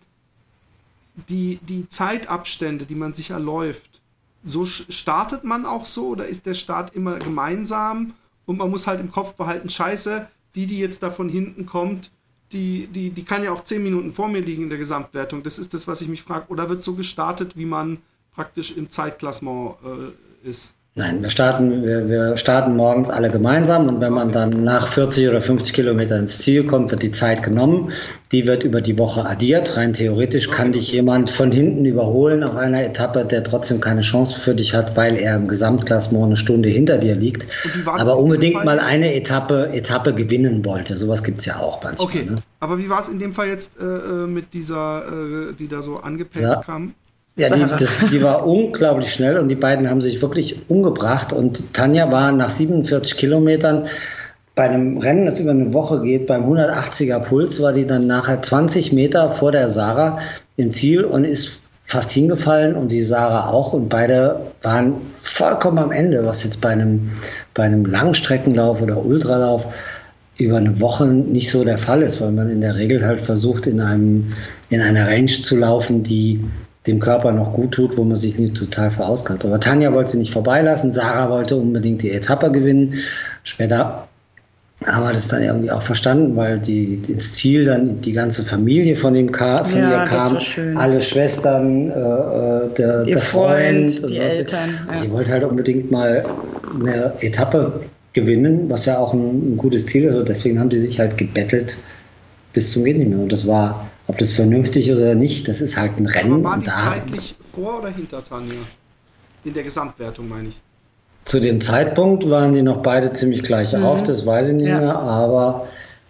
Die, die Zeitabstände, die man sich erläuft, so startet man auch so oder ist der Start immer gemeinsam und man muss halt im Kopf behalten, scheiße, die, die jetzt da von hinten kommt, die, die, die kann ja auch zehn Minuten vor mir liegen in der Gesamtwertung. Das ist das, was ich mich frage. Oder wird so gestartet, wie man praktisch im Zeitklassement äh, ist? Nein, wir starten, wir, wir starten morgens alle gemeinsam und wenn man dann nach vierzig oder fünfzig Kilometer ins Ziel kommt, wird die Zeit genommen. Die wird über die Woche addiert. Rein theoretisch kann dich jemand von hinten überholen auf einer Etappe, der trotzdem keine Chance für dich hat, weil er im Gesamtklassement eine Stunde hinter dir liegt. Aber unbedingt mal eine Etappe, Etappe gewinnen wollte. Sowas gibt es ja auch manchmal. Okay, ne? Aber wie war es in dem Fall jetzt äh, mit dieser, äh, die da so angepasst ja. kam? Ja, die, das, die war unglaublich schnell und die beiden haben sich wirklich umgebracht. Und Tanja war nach siebenundvierzig Kilometern bei einem Rennen, das über eine Woche geht, beim hundertachtziger Puls, war die dann nachher zwanzig Meter vor der Sarah im Ziel und ist fast hingefallen und die Sarah auch. Und beide waren vollkommen am Ende, was jetzt bei einem, bei einem Langstreckenlauf oder Ultralauf über eine Woche nicht so der Fall ist, weil man in der Regel halt versucht, in einem, in einer Range zu laufen, die dem Körper noch gut tut, wo man sich nicht total verausgabt. Aber Tanja wollte sie nicht vorbeilassen, Sarah wollte unbedingt die Etappe gewinnen. Später haben wir das dann irgendwie auch verstanden, weil die, ins Ziel dann die ganze Familie von, dem Ka- von ja, ihr kam, alle Schwestern, äh, der, der Freund, Freund die Eltern. Ja. Die wollte halt unbedingt mal eine Etappe gewinnen, was ja auch ein, ein gutes Ziel ist. Also deswegen haben die sich halt gebettelt bis zum Geht nicht mehr. Und das war, ob das vernünftig ist oder nicht, das ist halt ein Rennen. Aber war die da zeitlich vor oder hinter Tanja? In der Gesamtwertung, meine ich. Zu dem Zeitpunkt waren die noch beide ziemlich gleich mhm. auf, das weiß ich nicht ja. mehr, aber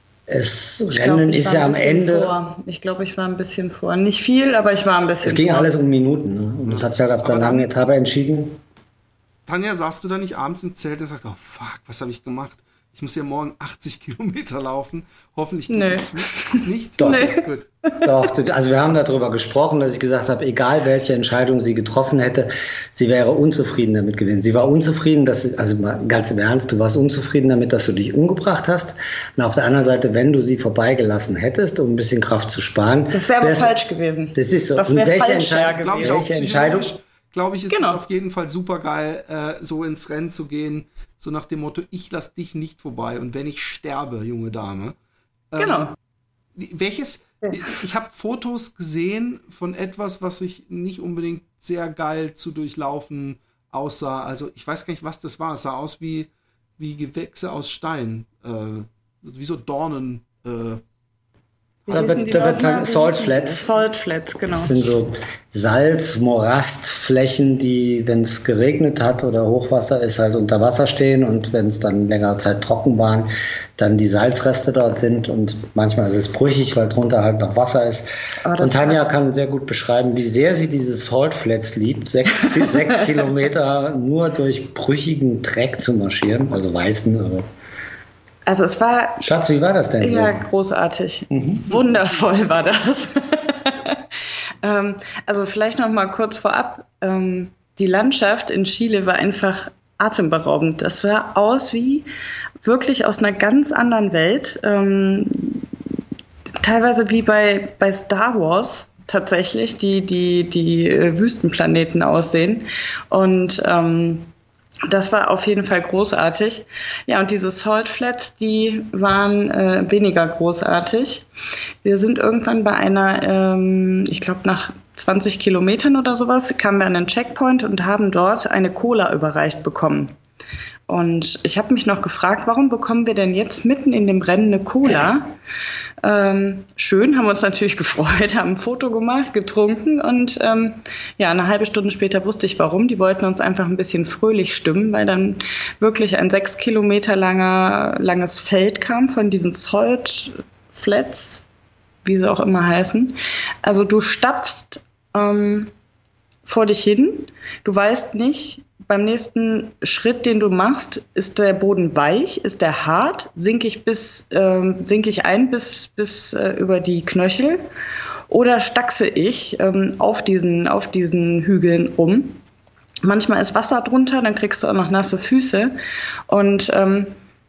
es ich Rennen glaub, ist ja am Ende. Vor. Ich glaube, ich war ein bisschen vor. Nicht viel, aber ich war ein bisschen Es ging vor. alles um Minuten. Ne? Und das hat sich halt auf der langen Etappe entschieden. Tanja, saßt du da nicht abends im Zelt und sagst, oh fuck, was habe ich gemacht? Ich muss ja morgen achtzig Kilometer laufen. Hoffentlich geht Nö. das nicht. nicht? Doch. Nee. Gut. Doch, also wir haben darüber gesprochen, dass ich gesagt habe, egal welche Entscheidung sie getroffen hätte, sie wäre unzufrieden damit gewesen. Sie war unzufrieden, dass sie, also mal ganz im Ernst, du warst unzufrieden damit, dass du dich umgebracht hast. Und auf der anderen Seite, wenn du sie vorbeigelassen hättest, um ein bisschen Kraft zu sparen. Das wäre aber falsch gewesen. Das ist so. Das Und wäre welche falsch Entscheidung, Glaube ich auch, welche Entscheidung? Glaube ich, ist Genau. das auf jeden Fall super geil, äh, so ins Rennen zu gehen, so nach dem Motto, ich lass dich nicht vorbei und wenn ich sterbe, junge Dame. Ähm, Genau. Welches, ich, ich habe Fotos gesehen von etwas, was sich nicht unbedingt sehr geil zu durchlaufen aussah. Also ich weiß gar nicht, was das war. Es sah aus wie, wie Gewächse aus Stein, äh, wie so Dornen. Äh, Da wird, da wird dann Salt Flats. Salt Flats, genau. Das sind so Salz-Morastflächen, die, wenn es geregnet hat oder Hochwasser ist, halt unter Wasser stehen und wenn es dann längere Zeit trocken waren, dann die Salzreste dort sind und manchmal ist es brüchig, weil drunter halt noch Wasser ist. Und Tanja kann sehr gut beschreiben, wie sehr sie diese Salt Flats liebt, sechs, sechs Kilometer nur durch brüchigen Dreck zu marschieren, also weißen, aber Also es war... Schatz, wie war das denn so? Ja, großartig. Mhm. Wundervoll war das. ähm, also vielleicht noch mal kurz vorab. Ähm, die Landschaft in Chile war einfach atemberaubend. Das sah aus wie wirklich aus einer ganz anderen Welt. Ähm, teilweise wie bei, bei Star Wars tatsächlich, die, die, die Wüstenplaneten aussehen. Und ähm, das war auf jeden Fall großartig. Ja, und diese Salt Flats, die waren äh, weniger großartig. Wir sind irgendwann bei einer, ähm, ich glaube nach zwanzig Kilometern oder sowas, kamen wir an einen Checkpoint und haben dort eine Cola überreicht bekommen. Und ich habe mich noch gefragt, warum bekommen wir denn jetzt mitten in dem Rennen eine Cola? Ähm, schön, haben uns natürlich gefreut, haben ein Foto gemacht, getrunken und ähm, ja, eine halbe Stunde später wusste ich warum. Die wollten uns einfach ein bisschen fröhlich stimmen, weil dann wirklich ein sechs Kilometer langer, langes Feld kam von diesen Salt Flats, wie sie auch immer heißen. Also du stapfst ähm, vor dich hin, du weißt nicht, beim nächsten Schritt, den du machst, ist der Boden weich, ist der hart, sinke ich bis ähm, sinke ich ein bis bis äh, über die Knöchel oder stachse ich ähm, auf diesen auf diesen Hügeln rum. Manchmal ist Wasser drunter, dann kriegst du auch noch nasse Füße und ähm,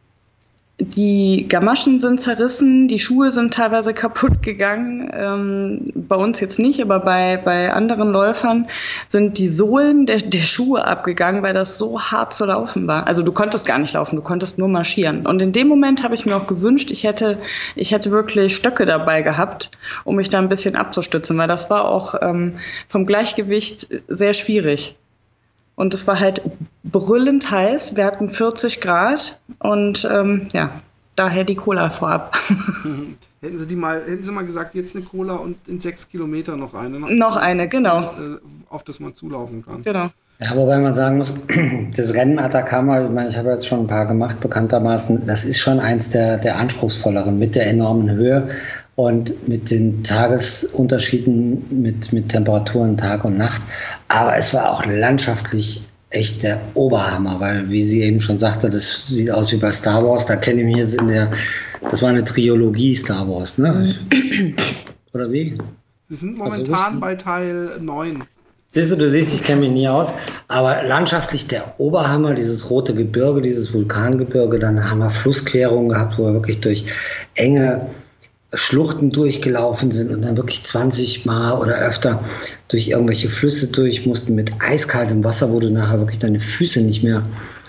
die Gamaschen sind zerrissen, die Schuhe sind teilweise kaputt gegangen. Ähm, bei uns jetzt nicht, aber bei, bei anderen Läufern sind die Sohlen der, der Schuhe abgegangen, weil das so hart zu laufen war. Also du konntest gar nicht laufen, du konntest nur marschieren. Und in dem Moment habe ich mir auch gewünscht, ich hätte, ich hätte wirklich Stöcke dabei gehabt, um mich da ein bisschen abzustützen, weil das war auch ähm, vom Gleichgewicht sehr schwierig. Und es war halt brüllend heiß. Wir hatten vierzig Grad und ähm, ja, daher die Cola vorab. Hätten Sie die mal, hätten Sie mal gesagt, jetzt eine Cola und in sechs Kilometer noch eine. Noch, noch eine, genau. Auf das man zulaufen kann. Genau. Ja, wobei man sagen muss, das Rennen Atacama, ich meine, ich habe jetzt schon ein paar gemacht, bekanntermaßen, das ist schon eins der, der anspruchsvolleren mit der enormen Höhe und mit den Tagesunterschieden, mit, mit Temperaturen Tag und Nacht. Aber es war auch landschaftlich echt der Oberhammer, weil, wie sie eben schon sagte, das sieht aus wie bei Star Wars. Da kenne ich mich jetzt in der, das war eine Trilogie Star Wars, ne? Oder wie? Sie sind momentan bei Teil neun. Siehst du, du siehst, ich kenne mich nie aus, aber landschaftlich der Oberhammer, dieses rote Gebirge, dieses Vulkangebirge, dann haben wir Flussquerungen gehabt, wo wir wirklich durch enge Schluchten durchgelaufen sind und dann wirklich zwanzig Mal oder öfter durch irgendwelche Flüsse durch mussten mit eiskaltem Wasser, wo du nachher wirklich deine Füße nicht mehr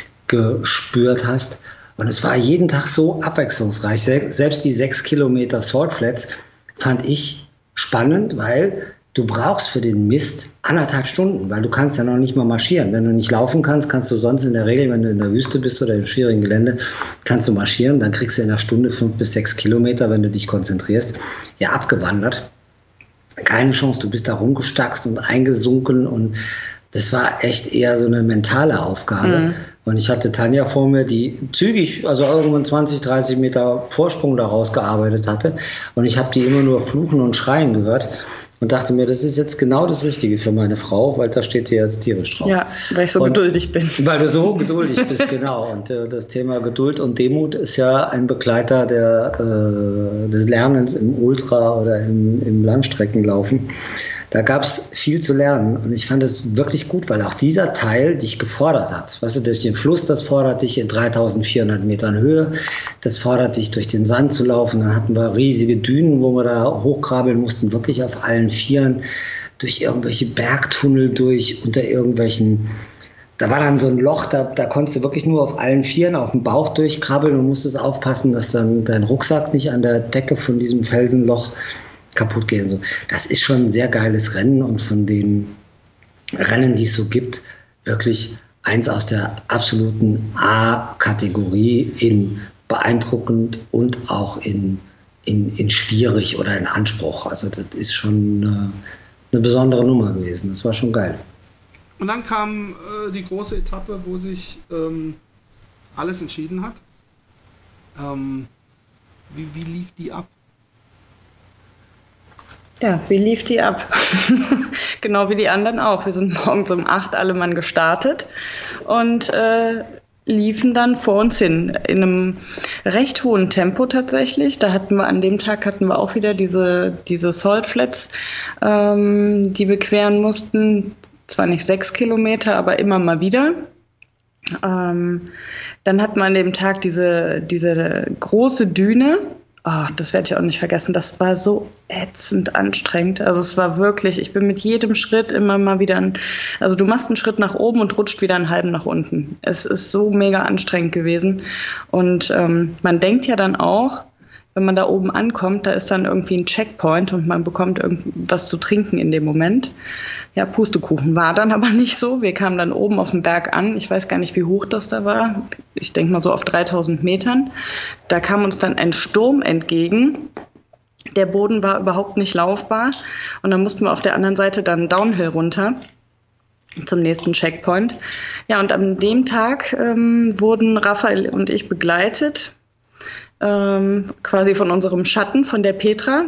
gespürt hast. Und es war jeden Tag so abwechslungsreich. Selbst die sechs Kilometer Salt Flats fand ich spannend, weil du brauchst für den Mist anderthalb Stunden, weil du kannst ja noch nicht mal marschieren. Wenn du nicht laufen kannst, kannst du sonst in der Regel, wenn du in der Wüste bist oder im schwierigen Gelände, kannst du marschieren. Dann kriegst du in einer Stunde fünf bis sechs Kilometer, wenn du dich konzentrierst, ja abgewandert. Keine Chance, du bist da rumgestackst und eingesunken und das war echt eher so eine mentale Aufgabe. Mhm. Und ich hatte Tanja vor mir, die zügig, also irgendwann zwanzig, dreißig Meter Vorsprung daraus gearbeitet hatte. Und ich habe die immer nur fluchen und schreien gehört. und dachte mir, das ist jetzt genau das Richtige für meine Frau, weil da steht hier jetzt tierisch drauf. Ja, weil ich so und, geduldig bin. Weil du so geduldig bist, genau. Und äh, das Thema Geduld und Demut ist ja ein Begleiter der, äh, des Lernens im Ultra- oder im, im Langstreckenlaufen. Da gab es viel zu lernen und ich fand es wirklich gut, weil auch dieser Teil dich gefordert hat. Weißt du, durch den Fluss, das fordert dich in dreitausendvierhundert Metern Höhe, das fordert dich durch den Sand zu laufen. Dann hatten wir riesige Dünen, wo wir da hochkrabbeln mussten, wirklich auf allen Vieren, durch irgendwelche Bergtunnel durch, unter irgendwelchen, da war dann so ein Loch, da, da konntest du wirklich nur auf allen Vieren auf dem Bauch durchkrabbeln und musstest aufpassen, dass dann dein Rucksack nicht an der Decke von diesem Felsenloch kaputt gehen. So. Das ist schon ein sehr geiles Rennen und von den Rennen, die es so gibt, wirklich eins aus der absoluten A-Kategorie in beeindruckend und auch in, in, in schwierig oder in Anspruch. Also das ist schon eine, eine besondere Nummer gewesen. Das war schon geil. Und dann kam äh, die große Etappe, wo sich ähm, alles entschieden hat. Ähm, wie, wie lief die ab? Ja, wie lief die ab? Genau wie die anderen auch. Wir sind morgens um acht alle Mann gestartet und äh, liefen dann vor uns hin in einem recht hohen Tempo tatsächlich. Da hatten wir an dem Tag hatten wir auch wieder diese, diese Salt Flats, ähm, die wir queren mussten. Zwar nicht sechs Kilometer, aber immer mal wieder. Ähm, dann hatten wir an dem Tag diese, diese große Düne. Oh, das werde ich auch nicht vergessen. Das war so ätzend anstrengend. Also es war wirklich, ich bin mit jedem Schritt immer mal wieder, ein, also du machst einen Schritt nach oben und rutscht wieder einen halben nach unten. Es ist so mega anstrengend gewesen. Und ähm, man denkt ja dann auch, wenn man da oben ankommt, da ist dann irgendwie ein Checkpoint und man bekommt irgendwas zu trinken in dem Moment. Ja, Pustekuchen war dann aber nicht so. Wir kamen dann oben auf dem Berg an. Ich weiß gar nicht, wie hoch das da war. Ich denke mal so auf dreitausend Metern. Da kam uns dann ein Sturm entgegen. Der Boden war überhaupt nicht laufbar. Und dann mussten wir auf der anderen Seite dann Downhill runter zum nächsten Checkpoint. Ja, und an dem Tag ähm, wurden Raphael und ich begleitet, ähm, quasi von unserem Schatten, von der Petra.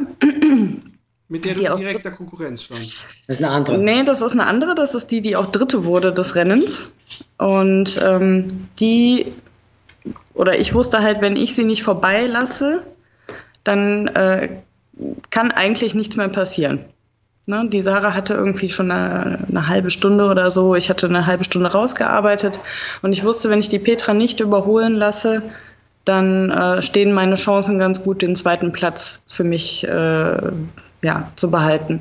Mit der du direkter Konkurrenz stand. Das ist eine andere. Nee, das ist eine andere. Das ist die, die auch Dritte wurde des Rennens. Und ähm, die, oder ich wusste halt, wenn ich sie nicht vorbeilasse, dann äh, kann eigentlich nichts mehr passieren. Ne? Die Sarah hatte irgendwie schon eine, eine halbe Stunde oder so. Ich hatte eine halbe Stunde rausgearbeitet. Und ich wusste, wenn ich die Petra nicht überholen lasse, dann äh, stehen meine Chancen ganz gut, den zweiten Platz für mich äh, ja, zu behalten.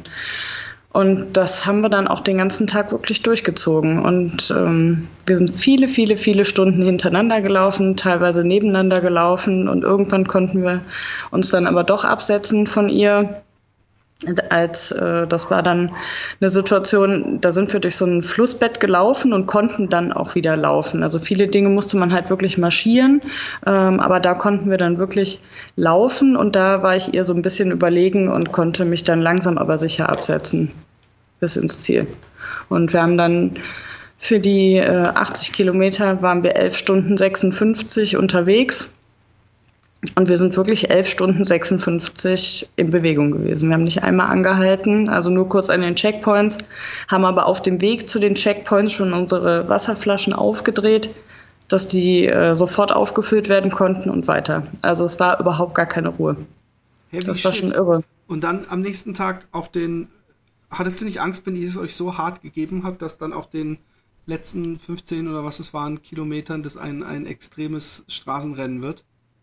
Und das haben wir dann auch den ganzen Tag wirklich durchgezogen. Und ähm, wir sind viele, viele, viele Stunden hintereinander gelaufen, teilweise nebeneinander gelaufen. Und irgendwann konnten wir uns dann aber doch absetzen von ihr. Als äh, das war dann eine Situation, da sind wir durch so ein Flussbett gelaufen und konnten dann auch wieder laufen. Also viele Dinge musste man halt wirklich marschieren, ähm, aber da konnten wir dann wirklich laufen und da war ich ihr so ein bisschen überlegen und konnte mich dann langsam aber sicher absetzen bis ins Ziel. Und wir haben dann für die äh, achtzig Kilometer waren wir elf Stunden sechsundfünfzig unterwegs. Und wir sind wirklich elf Stunden sechsundfünfzig in Bewegung gewesen. Wir haben nicht einmal angehalten, also nur kurz an den Checkpoints, haben aber auf dem Weg zu den Checkpoints schon unsere Wasserflaschen aufgedreht, dass die äh, sofort aufgefüllt werden konnten und weiter. Also es war überhaupt gar keine Ruhe. Heavy das war shit. Schon irre. Und dann am nächsten Tag auf den, hattest du nicht Angst, wenn ich es euch so hart gegeben habe, dass dann auf den letzten fünfzehn oder was es waren Kilometern das ein, ein extremes Straßenrennen wird?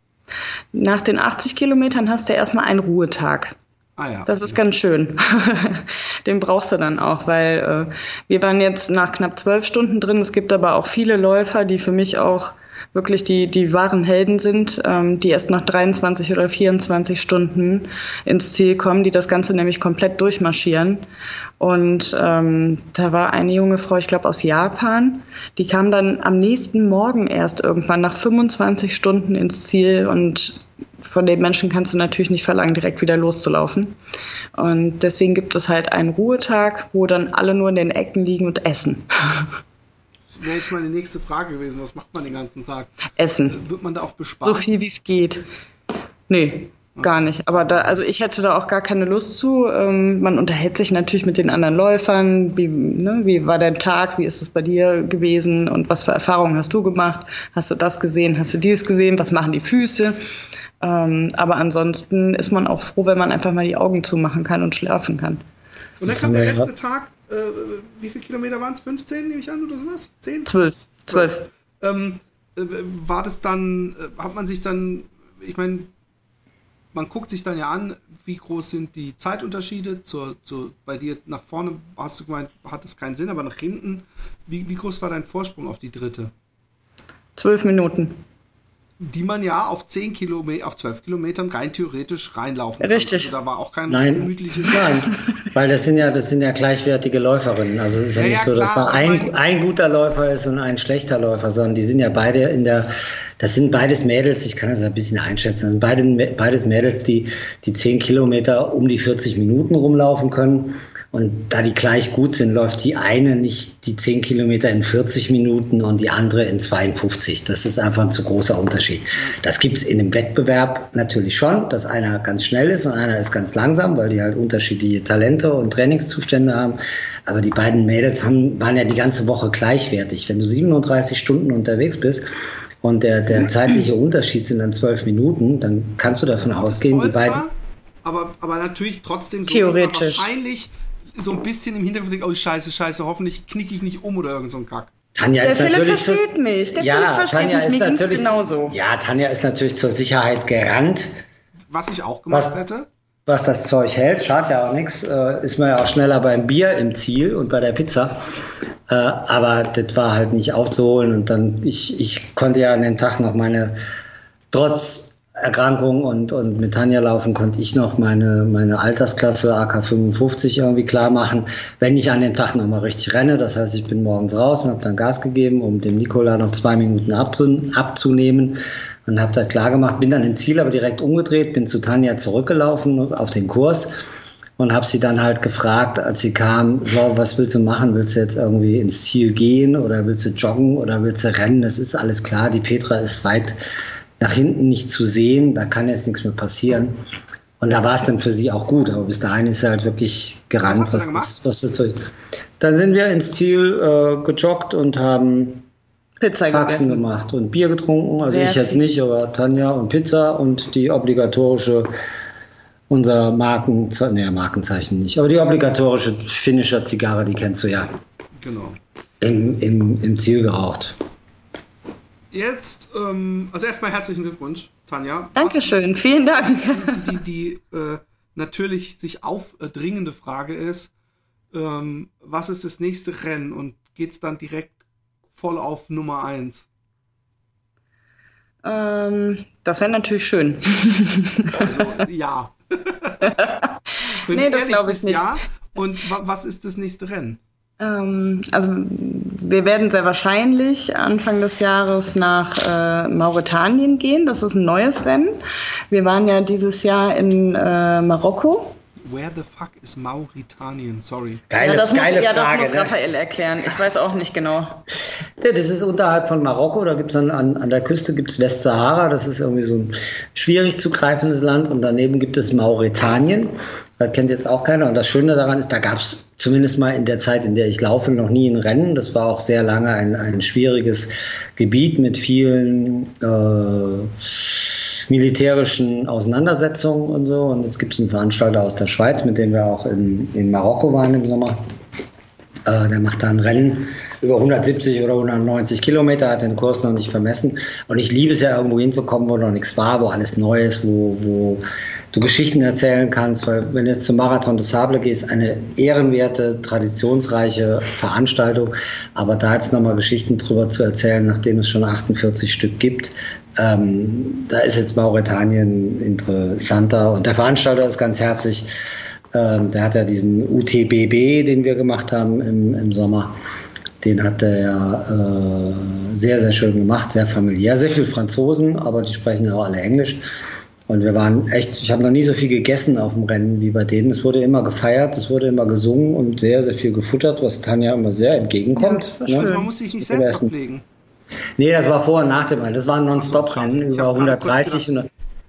Nach den achtzig Kilometern hast du erstmal einen Ruhetag. Ah ja. Das ist ganz schön. Den brauchst du dann auch, weil äh, wir waren jetzt nach knapp zwölf Stunden drin. Es gibt aber auch viele Läufer, die für mich auch wirklich die, die wahren Helden sind, ähm, die erst nach dreiundzwanzig oder vierundzwanzig Stunden ins Ziel kommen, die das Ganze nämlich komplett durchmarschieren. Und ähm, da war eine junge Frau, ich glaube aus Japan, die kam dann am nächsten Morgen erst irgendwann nach fünfundzwanzig Stunden ins Ziel und von den Menschen kannst du natürlich nicht verlangen, direkt wieder loszulaufen. Und deswegen gibt es halt einen Ruhetag, wo dann alle nur in den Ecken liegen und essen. Das wäre jetzt meine nächste Frage gewesen. Was macht man den ganzen Tag? Essen. Wird man da auch bespaßt? So viel wie es geht. Nee, Gar nicht. Aber da, also ich hätte da auch gar keine Lust zu. Ähm, man unterhält sich natürlich mit den anderen Läufern. Wie, ne, wie war dein Tag? Wie ist es bei dir gewesen? Und was für Erfahrungen hast du gemacht? Hast du das gesehen? Hast du dies gesehen? Was machen die Füße? Ähm, aber ansonsten ist man auch froh, wenn man einfach mal die Augen zumachen kann und schlafen kann. Und dann kam der letzte Tag, äh, wie viele Kilometer waren es? fünfzehn, nehme ich an, oder sowas? zehn? zwölf. zwölf. Ähm, äh, war das dann, äh, hat man sich dann, ich meine, man guckt sich dann ja an, wie groß sind die Zeitunterschiede. Zur, zur, bei dir nach vorne hast du gemeint, hat es keinen Sinn, aber nach hinten, wie, wie groß war dein Vorsprung auf die dritte? Zwölf Minuten. Die man ja auf zehn Kilometer, auf zwölf Kilometern rein theoretisch reinlaufen kann. Richtig. Also da war auch kein Nein. gemütliches. Nein, weil das sind ja, das sind ja gleichwertige Läuferinnen. Also es ist ja, ja nicht ja, so, dass klar, da ein, ein guter Läufer ist und ein schlechter Läufer, sondern die sind ja beide in der, das sind beides Mädels, ich kann das ein bisschen einschätzen, das sind beide, beides Mädels, die die zehn Kilometer um die vierzig Minuten rumlaufen können. Und da die gleich gut sind, läuft die eine nicht die zehn Kilometer in vierzig Minuten und die andere in zweiundfünfzig. Das ist einfach ein zu großer Unterschied. Das gibt es in einem Wettbewerb natürlich schon, dass einer ganz schnell ist und einer ist ganz langsam, weil die halt unterschiedliche Talente und Trainingszustände haben. Aber die beiden Mädels haben, waren ja die ganze Woche gleichwertig. Wenn du siebenunddreißig Stunden unterwegs bist und der, der zeitliche Unterschied sind dann zwölf Minuten, dann kannst du davon ausgehen, die beiden... Aber, aber natürlich trotzdem so, theoretisch. Wahrscheinlich so ein bisschen im Hintergrund denkt, oh scheiße, scheiße, hoffentlich knicke ich nicht um oder irgend so ein Kack. Tanja der ist Philipp natürlich versteht zu, mich. Der ja, Philipp versteht Tanja mich. ist Mir ging's natürlich genauso. Ja, Tanja ist natürlich zur Sicherheit gerannt. Was ich auch gemacht was, hätte. Was das Zeug hält, schadet ja auch nichts. Äh, ist man ja auch schneller beim Bier im Ziel und bei der Pizza. Äh, aber das war halt nicht aufzuholen. Und dann, ich, ich konnte ja an dem Tag noch meine, trotz Erkrankung und, und mit Tanja laufen, konnte ich noch meine, meine Altersklasse A K fünfundfünfzig irgendwie klar machen, wenn ich an dem Tag nochmal richtig renne. Das heißt, ich bin morgens raus und habe dann Gas gegeben, um dem Nikola noch zwei Minuten abzu, abzunehmen und habe das klar gemacht. Bin dann im Ziel aber direkt umgedreht, bin zu Tanja zurückgelaufen auf den Kurs und habe sie dann halt gefragt, als sie kam, so, was willst du machen? Willst du jetzt irgendwie ins Ziel gehen oder willst du joggen oder willst du rennen? Das ist alles klar, die Petra ist weit nach hinten nicht zu sehen, da kann jetzt nichts mehr passieren. Und da war es dann für sie auch gut, aber bis dahin ist sie halt wirklich gerannt. Was, was, was das so ist. Dann sind wir ins Ziel äh, gejoggt und haben Pizza Faxen gemacht und Bier getrunken. Also Sehr ich jetzt nicht, aber Tanja und Pizza und die obligatorische, unser Marken, nee, Markenzeichen nicht, aber die obligatorische finnische Zigarre, die kennst du ja. Genau. Im, im, im Ziel geraucht. Jetzt, ähm, also erstmal herzlichen Glückwunsch, Tanja. Dankeschön, vielen Dank. Die, die, die äh, natürlich sich aufdringende Frage ist, ähm, was ist das nächste Rennen und geht's dann direkt voll auf Nummer eins? Ähm, das wäre natürlich schön. Also, ja. Nee, das glaube ich nicht. Ja. Und wa- was ist das nächste Rennen? Also wir werden sehr wahrscheinlich Anfang des Jahres nach äh, Mauretanien gehen. Das ist ein neues Rennen. Wir waren ja dieses Jahr in äh, Marokko. Where the fuck is Mauretanien? Sorry. Geile, ja, das geile muss, ja, Frage. Das muss ne? Raphael erklären. Ich weiß auch nicht genau. Ja, das ist unterhalb von Marokko. Da gibt's an, an, an der Küste gibt's Westsahara. Das ist irgendwie so ein schwierig zu greifendes Land. Und daneben gibt es Mauretanien. Das kennt jetzt auch keiner. Und das Schöne daran ist, da gab es zumindest mal in der Zeit, in der ich laufe, noch nie ein Rennen. Das war auch sehr lange ein, ein schwieriges Gebiet mit vielen äh, militärischen Auseinandersetzungen und so. Und jetzt gibt es einen Veranstalter aus der Schweiz, mit dem wir auch in, in Marokko waren im Sommer. Äh, der macht da ein Rennen über hundertsiebzig oder hundertneunzig Kilometer, hat den Kurs noch nicht vermessen. Und ich liebe es ja, irgendwo hinzukommen, wo noch nichts war, wo alles neu ist, wo, wo du Geschichten erzählen kannst, weil wenn du jetzt zum Marathon des Sable gehst, eine ehrenwerte, traditionsreiche Veranstaltung, aber da jetzt nochmal Geschichten drüber zu erzählen, nachdem es schon achtundvierzig Stück gibt, ähm, da ist jetzt Mauretanien interessanter und der Veranstalter ist ganz herzlich, ähm, der hat ja diesen U T B B, den wir gemacht haben im, im Sommer, den hat er ja äh, sehr, sehr schön gemacht, sehr familiär, sehr viel Franzosen, aber die sprechen ja auch alle Englisch. Und wir waren echt, ich habe noch nie so viel gegessen auf dem Rennen wie bei denen. Es wurde immer gefeiert, es wurde immer gesungen und sehr, sehr viel gefuttert, was Tanja immer sehr entgegenkommt. Ja, also man muss sich nicht selbst verpflegen. Nee, das war vor und nach dem Rennen. Das war ein Non-Stop-Rennen, über hundertdreißig.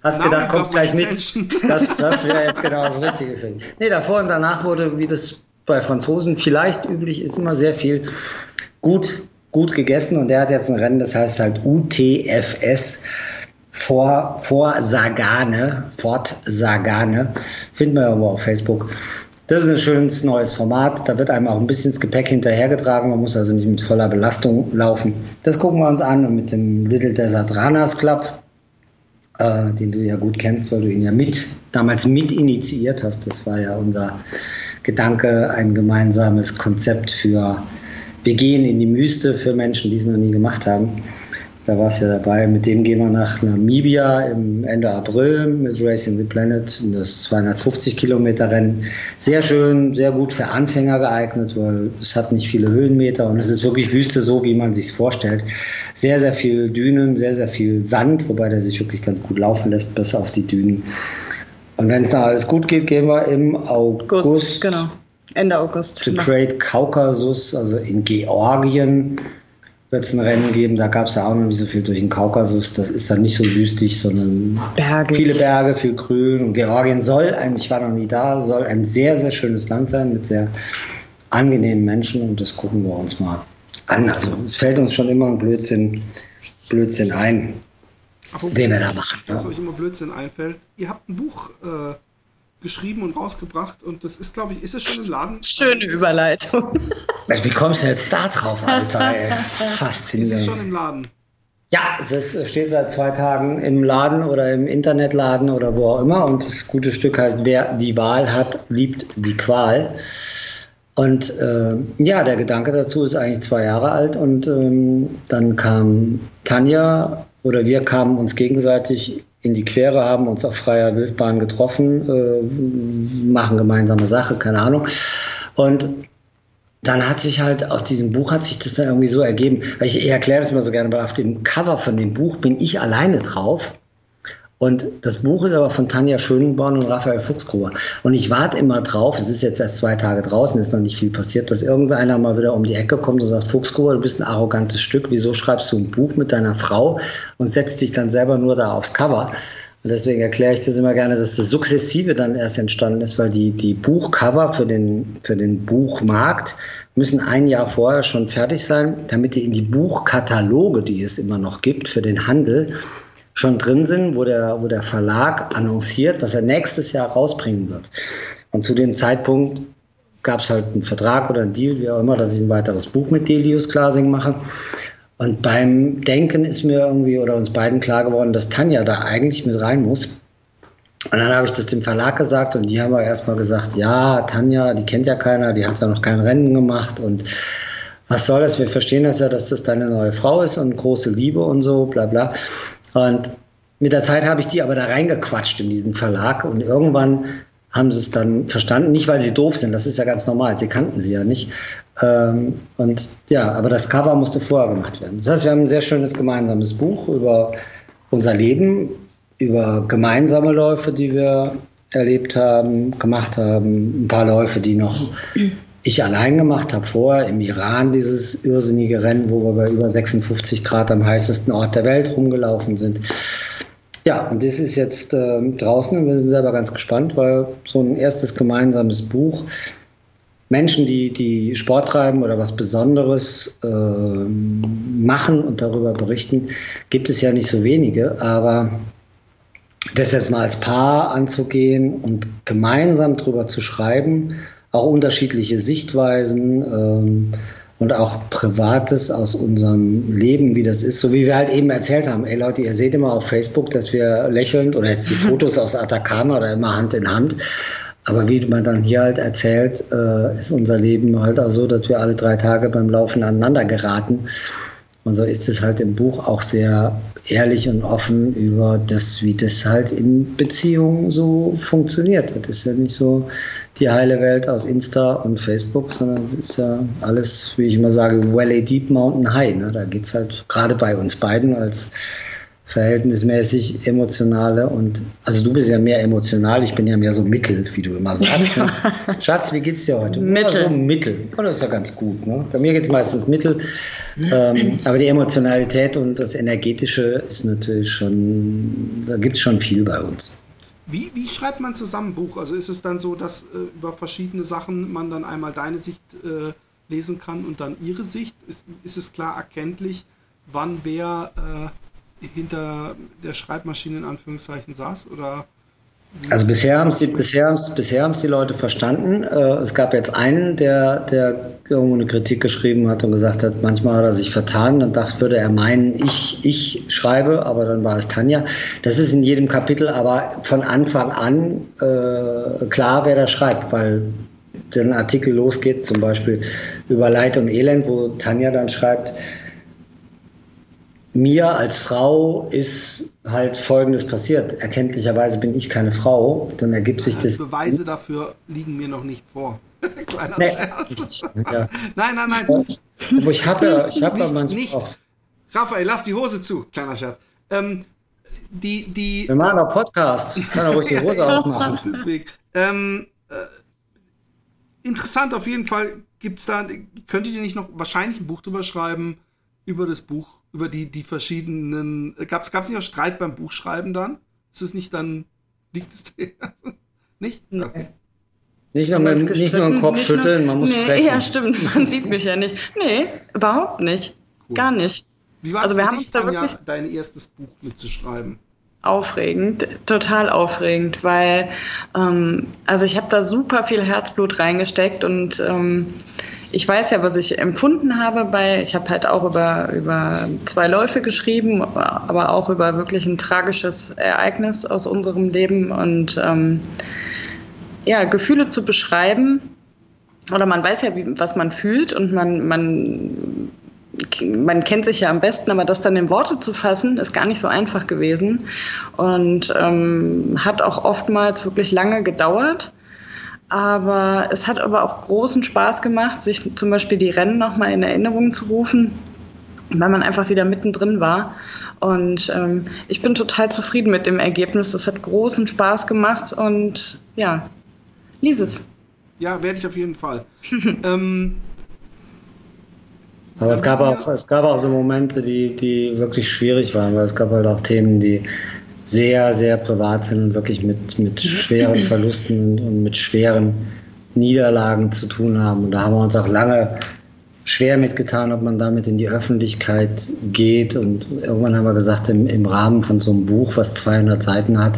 Hast Now gedacht, kommst gleich mit. attention. Das, das wäre jetzt genau das Richtige für dich. Nee, davor und danach wurde, wie das bei Franzosen vielleicht üblich ist, immer sehr viel gut, gut gegessen. Und der hat jetzt ein Rennen, das heißt halt U T F S vor, vor Sagane, Fort Sagane. Finden wir irgendwo auf Facebook. Das ist ein schönes neues Format. Da wird einem auch ein bisschen das Gepäck hinterhergetragen. Man muss also nicht mit voller Belastung laufen. Das gucken wir uns an. Und mit dem Little Desert Runners Club, äh, den du ja gut kennst, weil du ihn ja mit damals mit initiiert hast. Das war ja unser Gedanke, ein gemeinsames Konzept für wir gehen in die Wüste für Menschen, die es noch nie gemacht haben. Da war es ja dabei. Mit dem gehen wir nach Namibia im Ende April mit Racing the Planet. Das zweihundertfünfzig Kilometer Rennen. Sehr schön, sehr gut für Anfänger geeignet, weil es hat nicht viele Höhenmeter und es ist wirklich Wüste, so wie man sich vorstellt. Sehr, sehr viel Dünen, sehr, sehr viel Sand, wobei der sich wirklich ganz gut laufen lässt, bis auf die Dünen. Und wenn es da alles gut geht, gehen wir im August. August, genau. Ende August. The Great Kaukasus, also in Georgien. Wird es ein Rennen geben, da gab es ja auch noch nicht so viel durch den Kaukasus, das ist dann nicht so wüstig, sondern Berge. Viele Berge, viel Grün und Georgien soll, ein, ich war noch nie da, soll ein sehr, sehr schönes Land sein mit sehr angenehmen Menschen und das gucken wir uns mal an. Also es fällt uns schon immer ein Blödsinn, Blödsinn ein, Apropos, den wir da machen. Was Ja. euch immer Blödsinn einfällt, ihr habt ein Buch äh, geschrieben und rausgebracht und das ist, glaube ich, ist es schon im Laden? Schöne Überleitung. Wie kommst du jetzt da drauf, Alter? Ey? Ist Faszinierend. es schon im Laden? Ja, es ist, steht seit zwei Tagen im Laden oder im Internetladen oder wo auch immer. Und das gute Stück heißt, wer die Wahl hat, liebt die Qual. Und äh, ja, der Gedanke dazu ist eigentlich zwei Jahre alt. Und ähm, dann kam Tanja oder wir kamen uns gegenseitig in die Quere, haben uns auf freier Wildbahn getroffen, äh, machen gemeinsame Sache, keine Ahnung. Und dann hat sich halt aus diesem Buch hat sich das dann irgendwie so ergeben, weil ich, ich erkläre das immer so gerne, weil auf dem Cover von dem Buch bin ich alleine drauf und das Buch ist aber von Tanja Schönenborn und Raphael Fuchsgruber und ich warte immer drauf, es ist jetzt erst zwei Tage draußen, ist noch nicht viel passiert, dass irgendeiner mal wieder um die Ecke kommt und sagt, Fuchsgruber, du bist ein arrogantes Stück, wieso schreibst du ein Buch mit deiner Frau und setzt dich dann selber nur da aufs Cover? Und deswegen erkläre ich das immer gerne, dass das Sukzessive dann erst entstanden ist, weil die, die Buchcover für den, für den Buchmarkt müssen ein Jahr vorher schon fertig sein, damit die in die Buchkataloge, die es immer noch gibt, für den Handel schon drin sind, wo der, wo der Verlag annonciert, was er nächstes Jahr rausbringen wird. Und zu dem Zeitpunkt gab es halt einen Vertrag oder einen Deal, wie auch immer, dass ich ein weiteres Buch mit Delius Glasing mache. Und beim Denken ist mir irgendwie oder uns beiden klar geworden, dass Tanja da eigentlich mit rein muss. Und dann habe ich das dem Verlag gesagt und die haben aber erstmal gesagt, ja, Tanja, die kennt ja keiner, die hat ja noch kein Rennen gemacht und was soll das? Wir verstehen das ja, dass das deine neue Frau ist und große Liebe und so, bla bla. Und mit der Zeit habe ich die aber da reingequatscht in diesen Verlag und irgendwann haben sie es dann verstanden, nicht weil sie doof sind, das ist ja ganz normal, sie kannten sie ja nicht. Ähm, und ja, aber das Cover musste vorher gemacht werden. Das heißt, wir haben ein sehr schönes gemeinsames Buch über unser Leben, über gemeinsame Läufe, die wir erlebt haben, gemacht haben, ein paar Läufe, die noch ich allein gemacht habe vorher, im Iran dieses irrsinnige Rennen, wo wir bei über sechsundfünfzig Grad am heißesten Ort der Welt rumgelaufen sind. Ja, und das ist jetzt äh, draußen und wir sind selber ganz gespannt, weil so ein erstes gemeinsames Buch, Menschen, die, die Sport treiben oder was Besonderes äh, machen und darüber berichten, gibt es ja nicht so wenige, aber das jetzt mal als Paar anzugehen und gemeinsam drüber zu schreiben, auch unterschiedliche Sichtweisen ähm, und auch Privates aus unserem Leben, wie das ist, so wie wir halt eben erzählt haben. Ey Leute, ihr seht immer auf Facebook, dass wir lächelnd oder jetzt die Fotos aus Atacama oder immer Hand in Hand, aber wie man dann hier halt erzählt, äh, ist unser Leben halt auch so, dass wir alle drei Tage beim Laufen aneinander geraten. Und so ist es halt im Buch auch sehr ehrlich und offen über das, wie das halt in Beziehungen so funktioniert. Das ist ja nicht so die heile Welt aus Insta und Facebook, sondern es ist ja alles, wie ich immer sage, Valley Deep Mountain High. Ne? Da geht es halt gerade bei uns beiden als verhältnismäßig emotionale und, also du bist ja mehr emotional, ich bin ja mehr so mittel, wie du immer sagst. Ne? Schatz, wie geht's dir heute? Mittel. So mittel. Oh, das ist ja ganz gut. Ne? Bei mir geht's meistens mittel, ähm, aber die Emotionalität und das Energetische ist natürlich schon, da gibt's schon viel bei uns. Wie, wie schreibt man zusammen ein Buch? Also ist es dann so, dass äh, über verschiedene Sachen man dann einmal deine Sicht äh, lesen kann und dann ihre Sicht? Ist, ist es klar erkenntlich, wann wer äh, hinter der Schreibmaschine in Anführungszeichen saß? Oder also bisher haben es die, bisher haben's, bisher haben's die Leute verstanden. Äh, es gab jetzt einen, der, der irgendwo eine Kritik geschrieben hat und gesagt hat, manchmal hat er sich vertan, dann dachte, würde er meinen, ich, ich schreibe, aber dann war es Tanja. Das ist in jedem Kapitel aber von Anfang an äh, klar, wer da schreibt, weil der Artikel losgeht, zum Beispiel über Leid und Elend, wo Tanja dann schreibt, mir als Frau ist halt Folgendes passiert. Erkenntlicherweise bin ich keine Frau. Dann ergibt sich das. Beweise dafür liegen mir noch nicht vor. Kleiner nee. Scherz. Ja. Nein, nein, nein. Aber ich habe ja, ich habe ja manchmal nicht. auch. Raphael, lass die Hose zu. Kleiner Scherz. Ähm, die, die. Wir machen einen Podcast. Ich kann doch ruhig die Hose aufmachen. Deswegen. Ähm, äh, interessant auf jeden Fall. Gibt's da? Könntet ihr nicht noch wahrscheinlich ein Buch drüber schreiben über das Buch? Über die, die verschiedenen, gab es nicht auch Streit beim Buchschreiben dann? Ist es nicht dann, liegt es nicht? Okay. Nicht nur, mit, nicht nur den Kopf schütteln, man muss nee, sprechen. Ja, stimmt, man sieht mich ja nicht. Nee, überhaupt nicht. Cool. Gar nicht. Wie war es also für dich, Tanja, dein erstes Buch mitzuschreiben? Aufregend, total aufregend, weil, ähm, also ich habe da super viel Herzblut reingesteckt und ähm, ich weiß ja, was ich empfunden habe bei, ich habe halt auch über, über zwei Läufe geschrieben, aber auch über wirklich ein tragisches Ereignis aus unserem Leben und ähm, ja, Gefühle zu beschreiben, oder man weiß ja, wie, was man fühlt und man, man, man kennt sich ja am besten, aber das dann in Worte zu fassen, ist gar nicht so einfach gewesen und ähm, hat auch oftmals wirklich lange gedauert. Aber es hat aber auch großen Spaß gemacht, sich zum Beispiel die Rennen nochmal in Erinnerung zu rufen, weil man einfach wieder mittendrin war. Und ähm, ich bin total zufrieden mit dem Ergebnis. Das hat großen Spaß gemacht und ja, lies es. Ja, werde ich auf jeden Fall. ähm, aber es gab, auch, es gab auch so Momente, die, die wirklich schwierig waren, weil es gab halt auch Themen, die sehr, sehr privat sind und wirklich mit, mit schweren Verlusten und, und mit schweren Niederlagen zu tun haben. Und da haben wir uns auch lange schwer mitgetan, ob man damit in die Öffentlichkeit geht. Und irgendwann haben wir gesagt, im, im Rahmen von so einem Buch, was zweihundert Seiten hat,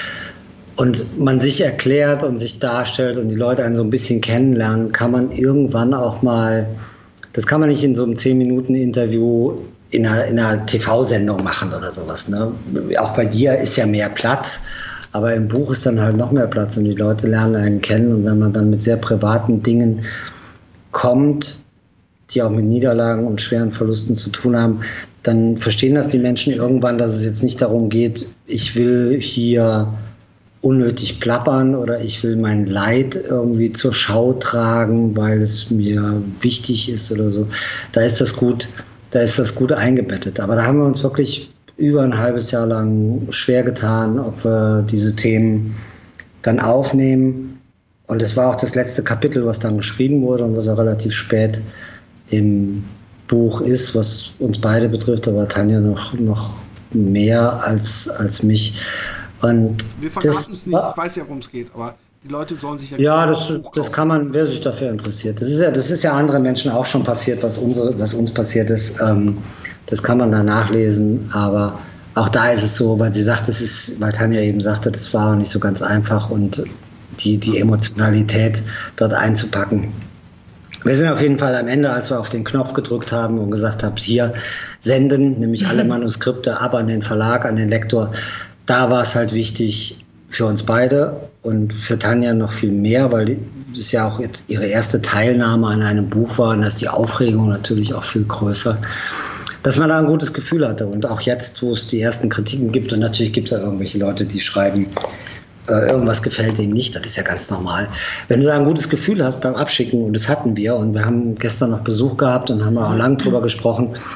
und man sich erklärt und sich darstellt und die Leute einen so ein bisschen kennenlernen, kann man irgendwann auch mal, das kann man nicht in so einem zehn Minuten Interview in einer, in einer T V-Sendung machen oder sowas. Ne? Auch bei dir ist ja mehr Platz, aber im Buch ist dann halt noch mehr Platz und die Leute lernen einen kennen. Und wenn man dann mit sehr privaten Dingen kommt, die auch mit Niederlagen und schweren Verlusten zu tun haben, dann verstehen das die Menschen irgendwann, dass es jetzt nicht darum geht, ich will hier unnötig plappern oder ich will mein Leid irgendwie zur Schau tragen, weil es mir wichtig ist oder so. Da ist das gut. Da ist das gut eingebettet. Aber da haben wir uns wirklich über ein halbes Jahr lang schwer getan, ob wir diese Themen dann aufnehmen. Und es war auch das letzte Kapitel, was dann geschrieben wurde und was auch relativ spät im Buch ist, was uns beide betrifft, aber Tanja noch, noch mehr als, als mich. Und wir verraten es nicht, ich weiß ja, worum es geht, aber die Leute sollen sich ja... Ja, das, das kann man, wer sich dafür interessiert. Das ist ja, das ist ja anderen Menschen auch schon passiert, was, unsere, was uns passiert ist. Ähm, das kann man da nachlesen, aber auch da ist es so, weil sie sagt, das ist, weil Tanja eben sagte, das war nicht so ganz einfach und die, die Emotionalität dort einzupacken. Wir sind auf jeden Fall am Ende, als wir auf den Knopf gedrückt haben und gesagt haben, hier senden, nämlich alle Manuskripte ab an den Verlag, an den Lektor. Da war es halt wichtig für uns beide und für Tanja noch viel mehr, weil es ja auch jetzt ihre erste Teilnahme an einem Buch war und da ist die Aufregung natürlich auch viel größer, dass man da ein gutes Gefühl hatte. Und auch jetzt, wo es die ersten Kritiken gibt, und natürlich gibt es ja irgendwelche Leute, die schreiben, äh, irgendwas gefällt ihnen nicht, das ist ja ganz normal. Wenn du da ein gutes Gefühl hast beim Abschicken, und das hatten wir, und wir haben gestern noch Besuch gehabt und haben auch lang drüber gesprochen,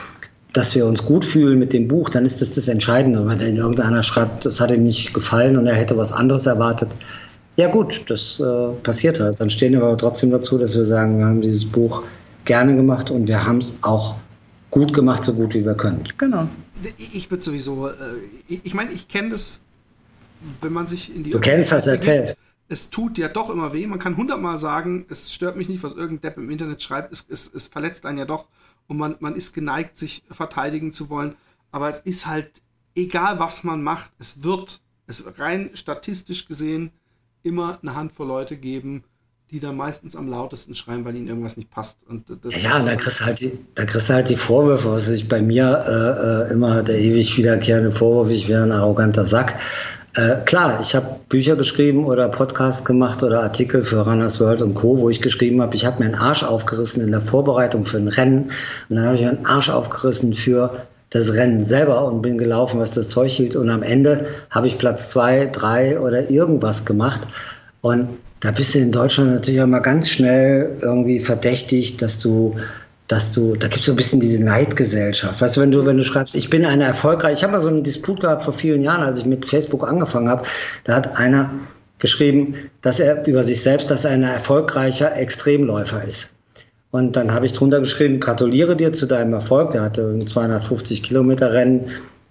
dass wir uns gut fühlen mit dem Buch, dann ist das das Entscheidende. Wenn dann irgendeiner schreibt, das hat ihm nicht gefallen und er hätte was anderes erwartet, ja gut, das äh, passiert halt. Dann stehen wir aber trotzdem dazu, dass wir sagen, wir haben dieses Buch gerne gemacht und wir haben es auch gut gemacht, so gut wie wir können. Genau. Ich würde sowieso, äh, ich meine, ich kenne das, wenn man sich in die... Du kennst das, erzählt. Es tut ja doch immer weh. Man kann hundertmal sagen, es stört mich nicht, was irgendein Depp im Internet schreibt. Es, es, es verletzt einen ja doch. Und man, man ist geneigt, sich verteidigen zu wollen. Aber es ist halt, egal was man macht, es wird, es rein statistisch gesehen, immer eine Handvoll Leute geben, die da meistens am lautesten schreien, weil ihnen irgendwas nicht passt. Und das ja, und da kriegst du halt die, da kriegst du halt die Vorwürfe, was ich bei mir äh, immer der ewig wiederkehrende Vorwurf, ich wäre ein arroganter Sack. Äh, klar, ich habe Bücher geschrieben oder Podcasts gemacht oder Artikel für Runners World und Co., wo ich geschrieben habe, ich habe mir einen Arsch aufgerissen in der Vorbereitung für ein Rennen und dann habe ich mir einen Arsch aufgerissen für das Rennen selber und bin gelaufen, was das Zeug hielt und am Ende habe ich Platz zwei, drei oder irgendwas gemacht und da bist du in Deutschland natürlich auch mal ganz schnell irgendwie verdächtigt, dass du dass du, da gibt es so ein bisschen diese Neidgesellschaft. Weißt du, wenn du, wenn du schreibst, ich bin eine erfolgreiche, ich habe mal so einen Disput gehabt vor vielen Jahren, als ich mit Facebook angefangen habe, da hat einer geschrieben, dass er über sich selbst, dass er ein erfolgreicher Extremläufer ist. Und dann habe ich drunter geschrieben, gratuliere dir zu deinem Erfolg, der hatte ein zweihundertfünfzig Kilometer Rennen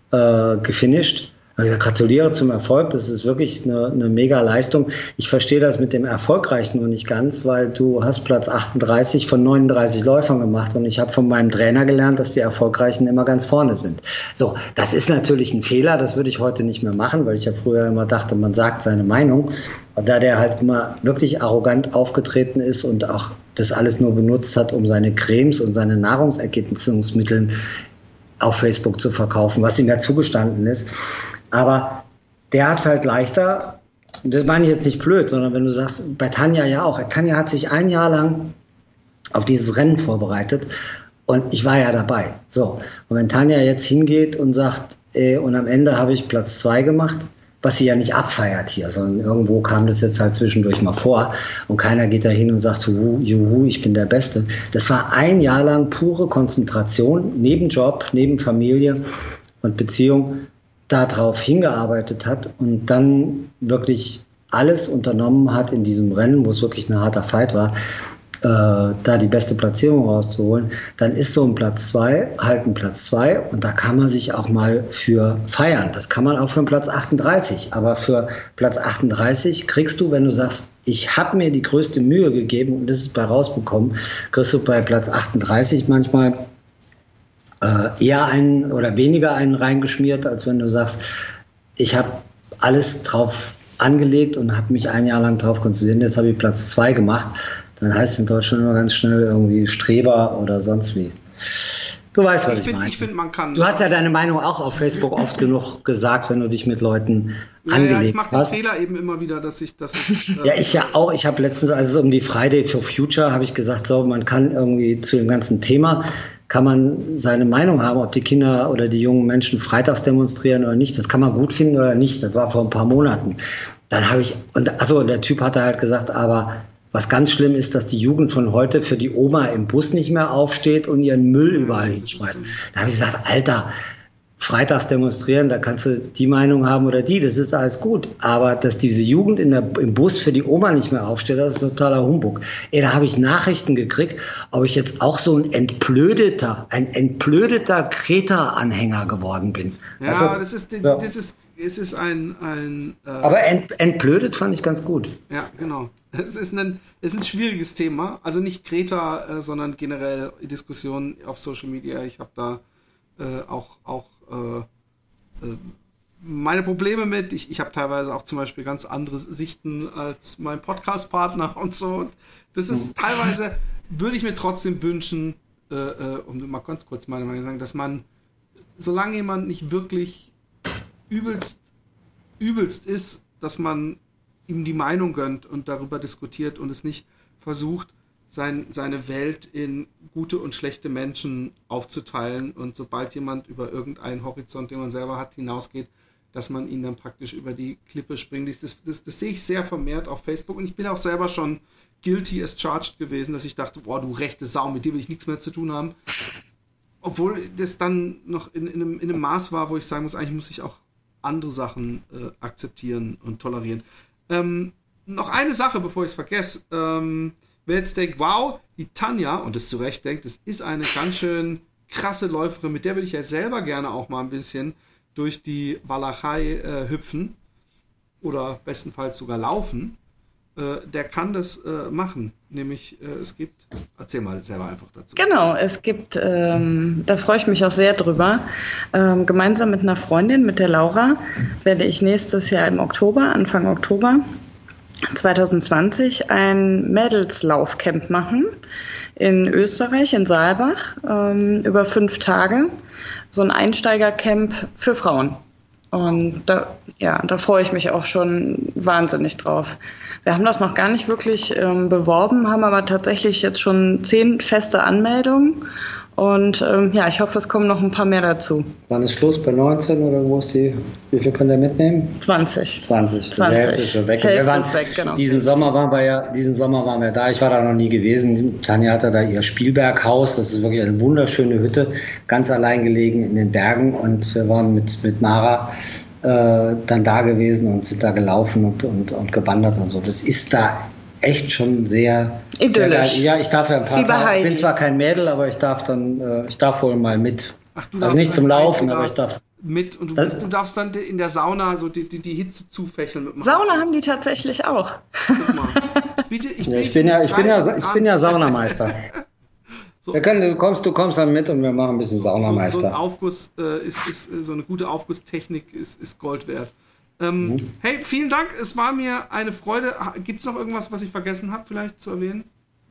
äh, gefinisht. Ich habe gesagt, gratuliere zum Erfolg, das ist wirklich eine, eine mega Leistung. Ich verstehe das mit dem Erfolgreich nur nicht ganz, weil du hast Platz achtunddreißig von neununddreißig Läufern gemacht und ich habe von meinem Trainer gelernt, dass die Erfolgreichen immer ganz vorne sind. So, das ist natürlich ein Fehler, das würde ich heute nicht mehr machen, weil ich ja früher immer dachte, man sagt seine Meinung. Und da der halt immer wirklich arrogant aufgetreten ist und auch das alles nur benutzt hat, um seine Cremes und seine Nahrungsergänzungsmittel auf Facebook zu verkaufen, was ihm ja zugestanden ist. Aber der hat halt leichter, und das meine ich jetzt nicht blöd, sondern wenn du sagst, bei Tanja ja auch, Tanja hat sich ein Jahr lang auf dieses Rennen vorbereitet und ich war ja dabei. So, und wenn Tanja jetzt hingeht und sagt, äh, und am Ende habe ich Platz zwei gemacht, was sie ja nicht abfeiert hier, sondern irgendwo kam das jetzt halt zwischendurch mal vor und keiner geht da hin und sagt, juhu, juhu, ich bin der Beste. Das war ein Jahr lang pure Konzentration, neben Job, neben Familie und Beziehung, darauf hingearbeitet hat und dann wirklich alles unternommen hat in diesem Rennen, wo es wirklich ein harter Fight war, äh, da die beste Platzierung rauszuholen, dann ist so ein Platz zwei halt ein Platz zwei und da kann man sich auch mal für feiern. Das kann man auch für einen Platz achtunddreißig, aber für Platz achtunddreißig kriegst du, wenn du sagst, ich habe mir die größte Mühe gegeben und das ist bei rausbekommen, kriegst du bei Platz achtunddreißig manchmal Äh, eher einen oder weniger einen reingeschmiert, als wenn du sagst, ich habe alles drauf angelegt und habe mich ein Jahr lang drauf konzentriert, jetzt habe ich Platz zwei gemacht, dann heißt es in Deutschland immer ganz schnell irgendwie Streber oder sonst wie. Du weißt, was ich, ich find, meine. Ich finde, man kann... Du hast ja deine Meinung auch auf Facebook oft genug gesagt, wenn du dich mit Leuten ja, angelegt hast. Ja, ich mache den Fehler eben immer wieder, dass ich... Dass ich äh, ja, ich ja auch. Ich habe letztens, als es um die Friday for Future, habe ich gesagt, so, man kann irgendwie zu dem ganzen Thema, kann man seine Meinung haben, ob die Kinder oder die jungen Menschen freitags demonstrieren oder nicht. Das kann man gut finden oder nicht. Das war vor ein paar Monaten. Dann habe ich... und achso, der Typ hatte halt gesagt, aber... was ganz schlimm ist, dass die Jugend von heute für die Oma im Bus nicht mehr aufsteht und ihren Müll überall hinschmeißt. Da habe ich gesagt, Alter, freitags demonstrieren, da kannst du die Meinung haben oder die, das ist alles gut. Aber dass diese Jugend in der, im Bus für die Oma nicht mehr aufsteht, das ist totaler Humbug. Ey, da habe ich Nachrichten gekriegt, ob ich jetzt auch so ein entblödeter, ein entblödeter Greta-Anhänger geworden bin. Ja, also, das ist, so. das ist, es ist ein... ein äh Aber ent, entblödet fand ich ganz gut. Ja, genau. Es ist ein, es ist ein schwieriges Thema. Also nicht Greta, äh, sondern generell Diskussionen auf Social Media. Ich habe da äh, auch, auch äh, äh, meine Probleme mit. Ich, ich habe teilweise auch zum Beispiel ganz andere Sichten als mein Podcast-Partner und so. Und das ist mhm. teilweise, würde ich mir trotzdem wünschen, äh, äh, um mal ganz kurz meine Meinung zu sagen, dass man, solange jemand nicht wirklich übelst, übelst ist, dass man ihm die Meinung gönnt und darüber diskutiert und es nicht versucht, sein, seine Welt in gute und schlechte Menschen aufzuteilen und sobald jemand über irgendeinen Horizont, den man selber hat, hinausgeht, dass man ihn dann praktisch über die Klippe springt. Das, das, das sehe ich sehr vermehrt auf Facebook und ich bin auch selber schon guilty as charged gewesen, dass ich dachte, boah, du rechte Sau, mit dir will ich nichts mehr zu tun haben. obwohl das dann noch in, in, einem, in einem Maß war, wo ich sagen muss, eigentlich muss ich auch andere Sachen äh, akzeptieren und tolerieren. Ähm, noch eine Sache, bevor ich es vergesse. Ähm, wer jetzt denkt, wow, die Tanja, und das zu Recht denkt, das ist eine ganz schön krasse Läuferin, mit der würde ich ja selber gerne auch mal ein bisschen durch die Walachei äh, hüpfen oder bestenfalls sogar laufen. Äh, der kann das äh, machen. Nämlich, äh, es gibt, erzähl mal selber einfach dazu. Genau, es gibt, ähm, da freue ich mich auch sehr drüber, ähm, gemeinsam mit einer Freundin, mit der Laura, werde ich nächstes Jahr im Oktober, Anfang Oktober zwanzig zwanzig, ein Mädelslaufcamp machen in Österreich, in Saalbach, ähm, über fünf Tage. So ein Einsteigercamp für Frauen. Und da, ja, da freue ich mich auch schon wahnsinnig drauf. Wir haben das noch gar nicht wirklich ähm, beworben, haben aber tatsächlich jetzt schon zehn feste Anmeldungen. Und ähm, ja, ich hoffe, es kommen noch ein paar mehr dazu. Wann ist Schluss? Bei neunzehn oder wo ist die? Wie viel könnt ihr mitnehmen? zwanzig. zwanzig. zwanzig. Die Hälfte ist schon weg. Hälfte wir waren, ist weg, genau. Diesen Sommer waren wir ja, diesen Sommer waren wir da. Ich war da noch nie gewesen. Tanja hatte da ihr Spielberghaus. Das ist wirklich eine wunderschöne Hütte, ganz allein gelegen in den Bergen. Und wir waren mit, mit Mara äh, dann da gewesen und sind da gelaufen und, und, und gewandert und so. Das ist da echt schon sehr, sehr geil. Ja, ich darf ja ein paar Tage, ich bin zwar kein Mädel, aber ich darf dann, äh, ich darf wohl mal mit. Ach, du also nicht zum Laufen, aber ich darf mit und du, bist, du darfst dann in der Sauna so die, die, die Hitze zufächeln. Mit Sauna haben die tatsächlich auch. Guck mal. Bitte, ich, ja, ich, bin ja, ich, bin ja, ich bin ja Saunameister. So. Wir können, du, kommst, du kommst dann mit und wir machen ein bisschen Saunameister. So, so ein Aufguss äh, ist, ist, so eine gute Aufgusstechnik ist, ist Gold wert. Ähm, mhm. Hey, vielen Dank, es war mir eine Freude. Gibt es noch irgendwas, was ich vergessen habe, vielleicht zu erwähnen?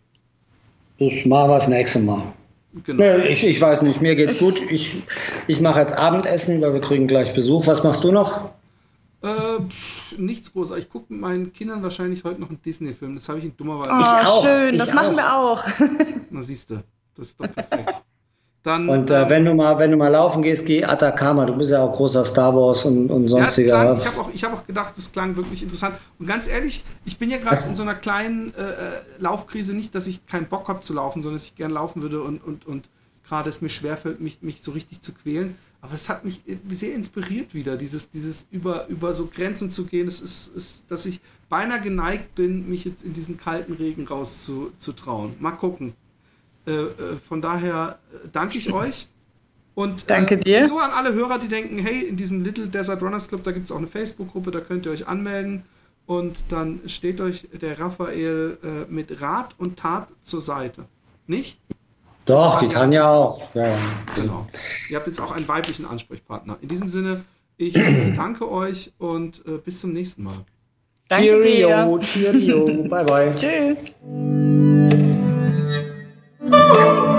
Ich mache was nächstes Mal. Genau. Nee, ich, ich weiß nicht, mir geht's gut. Ich, ich mache jetzt Abendessen, weil wir kriegen gleich Besuch. Was machst du noch? Äh, nichts groß. Ich gucke mit meinen Kindern wahrscheinlich heute noch einen Disney-Film. Das habe ich in dummerweise. Oh, ich auch. Schön, ich das auch. Machen wir auch. Na, siehst du, das ist doch perfekt. Dann, und äh, ähm, wenn du mal, wenn du mal laufen gehst, geh Atacama. Du bist ja auch großer Star Wars und, und sonstiger. Ja, klang, ich habe auch, ich hab auch gedacht, das klang wirklich interessant. Und ganz ehrlich, ich bin ja gerade in so einer kleinen äh, Laufkrise. Nicht, dass ich keinen Bock habe zu laufen, sondern dass ich gern laufen würde und, und, und gerade es mir schwerfällt, mich, mich so richtig zu quälen. Aber es hat mich sehr inspiriert wieder, dieses, dieses über, über so Grenzen zu gehen. Es ist, ist, dass ich beinahe geneigt bin, mich jetzt in diesen kalten Regen rauszutrauen. Mal gucken. Äh, von daher äh, danke ich euch. Und danke äh, dir. So an alle Hörer, die denken, hey, in diesem Little Desert Runners Club, da gibt es auch eine Facebook-Gruppe, da könnt ihr euch anmelden. Und dann steht euch der Raphael äh, mit Rat und Tat zur Seite. Nicht? Doch, die kann ja auch. Ja. Genau. Ihr habt jetzt auch einen weiblichen Ansprechpartner. In diesem Sinne, ich äh, danke euch und äh, bis zum nächsten Mal. Danke Cheerio, dir. Cheerio. Bye, bye. Tschüss. Oh!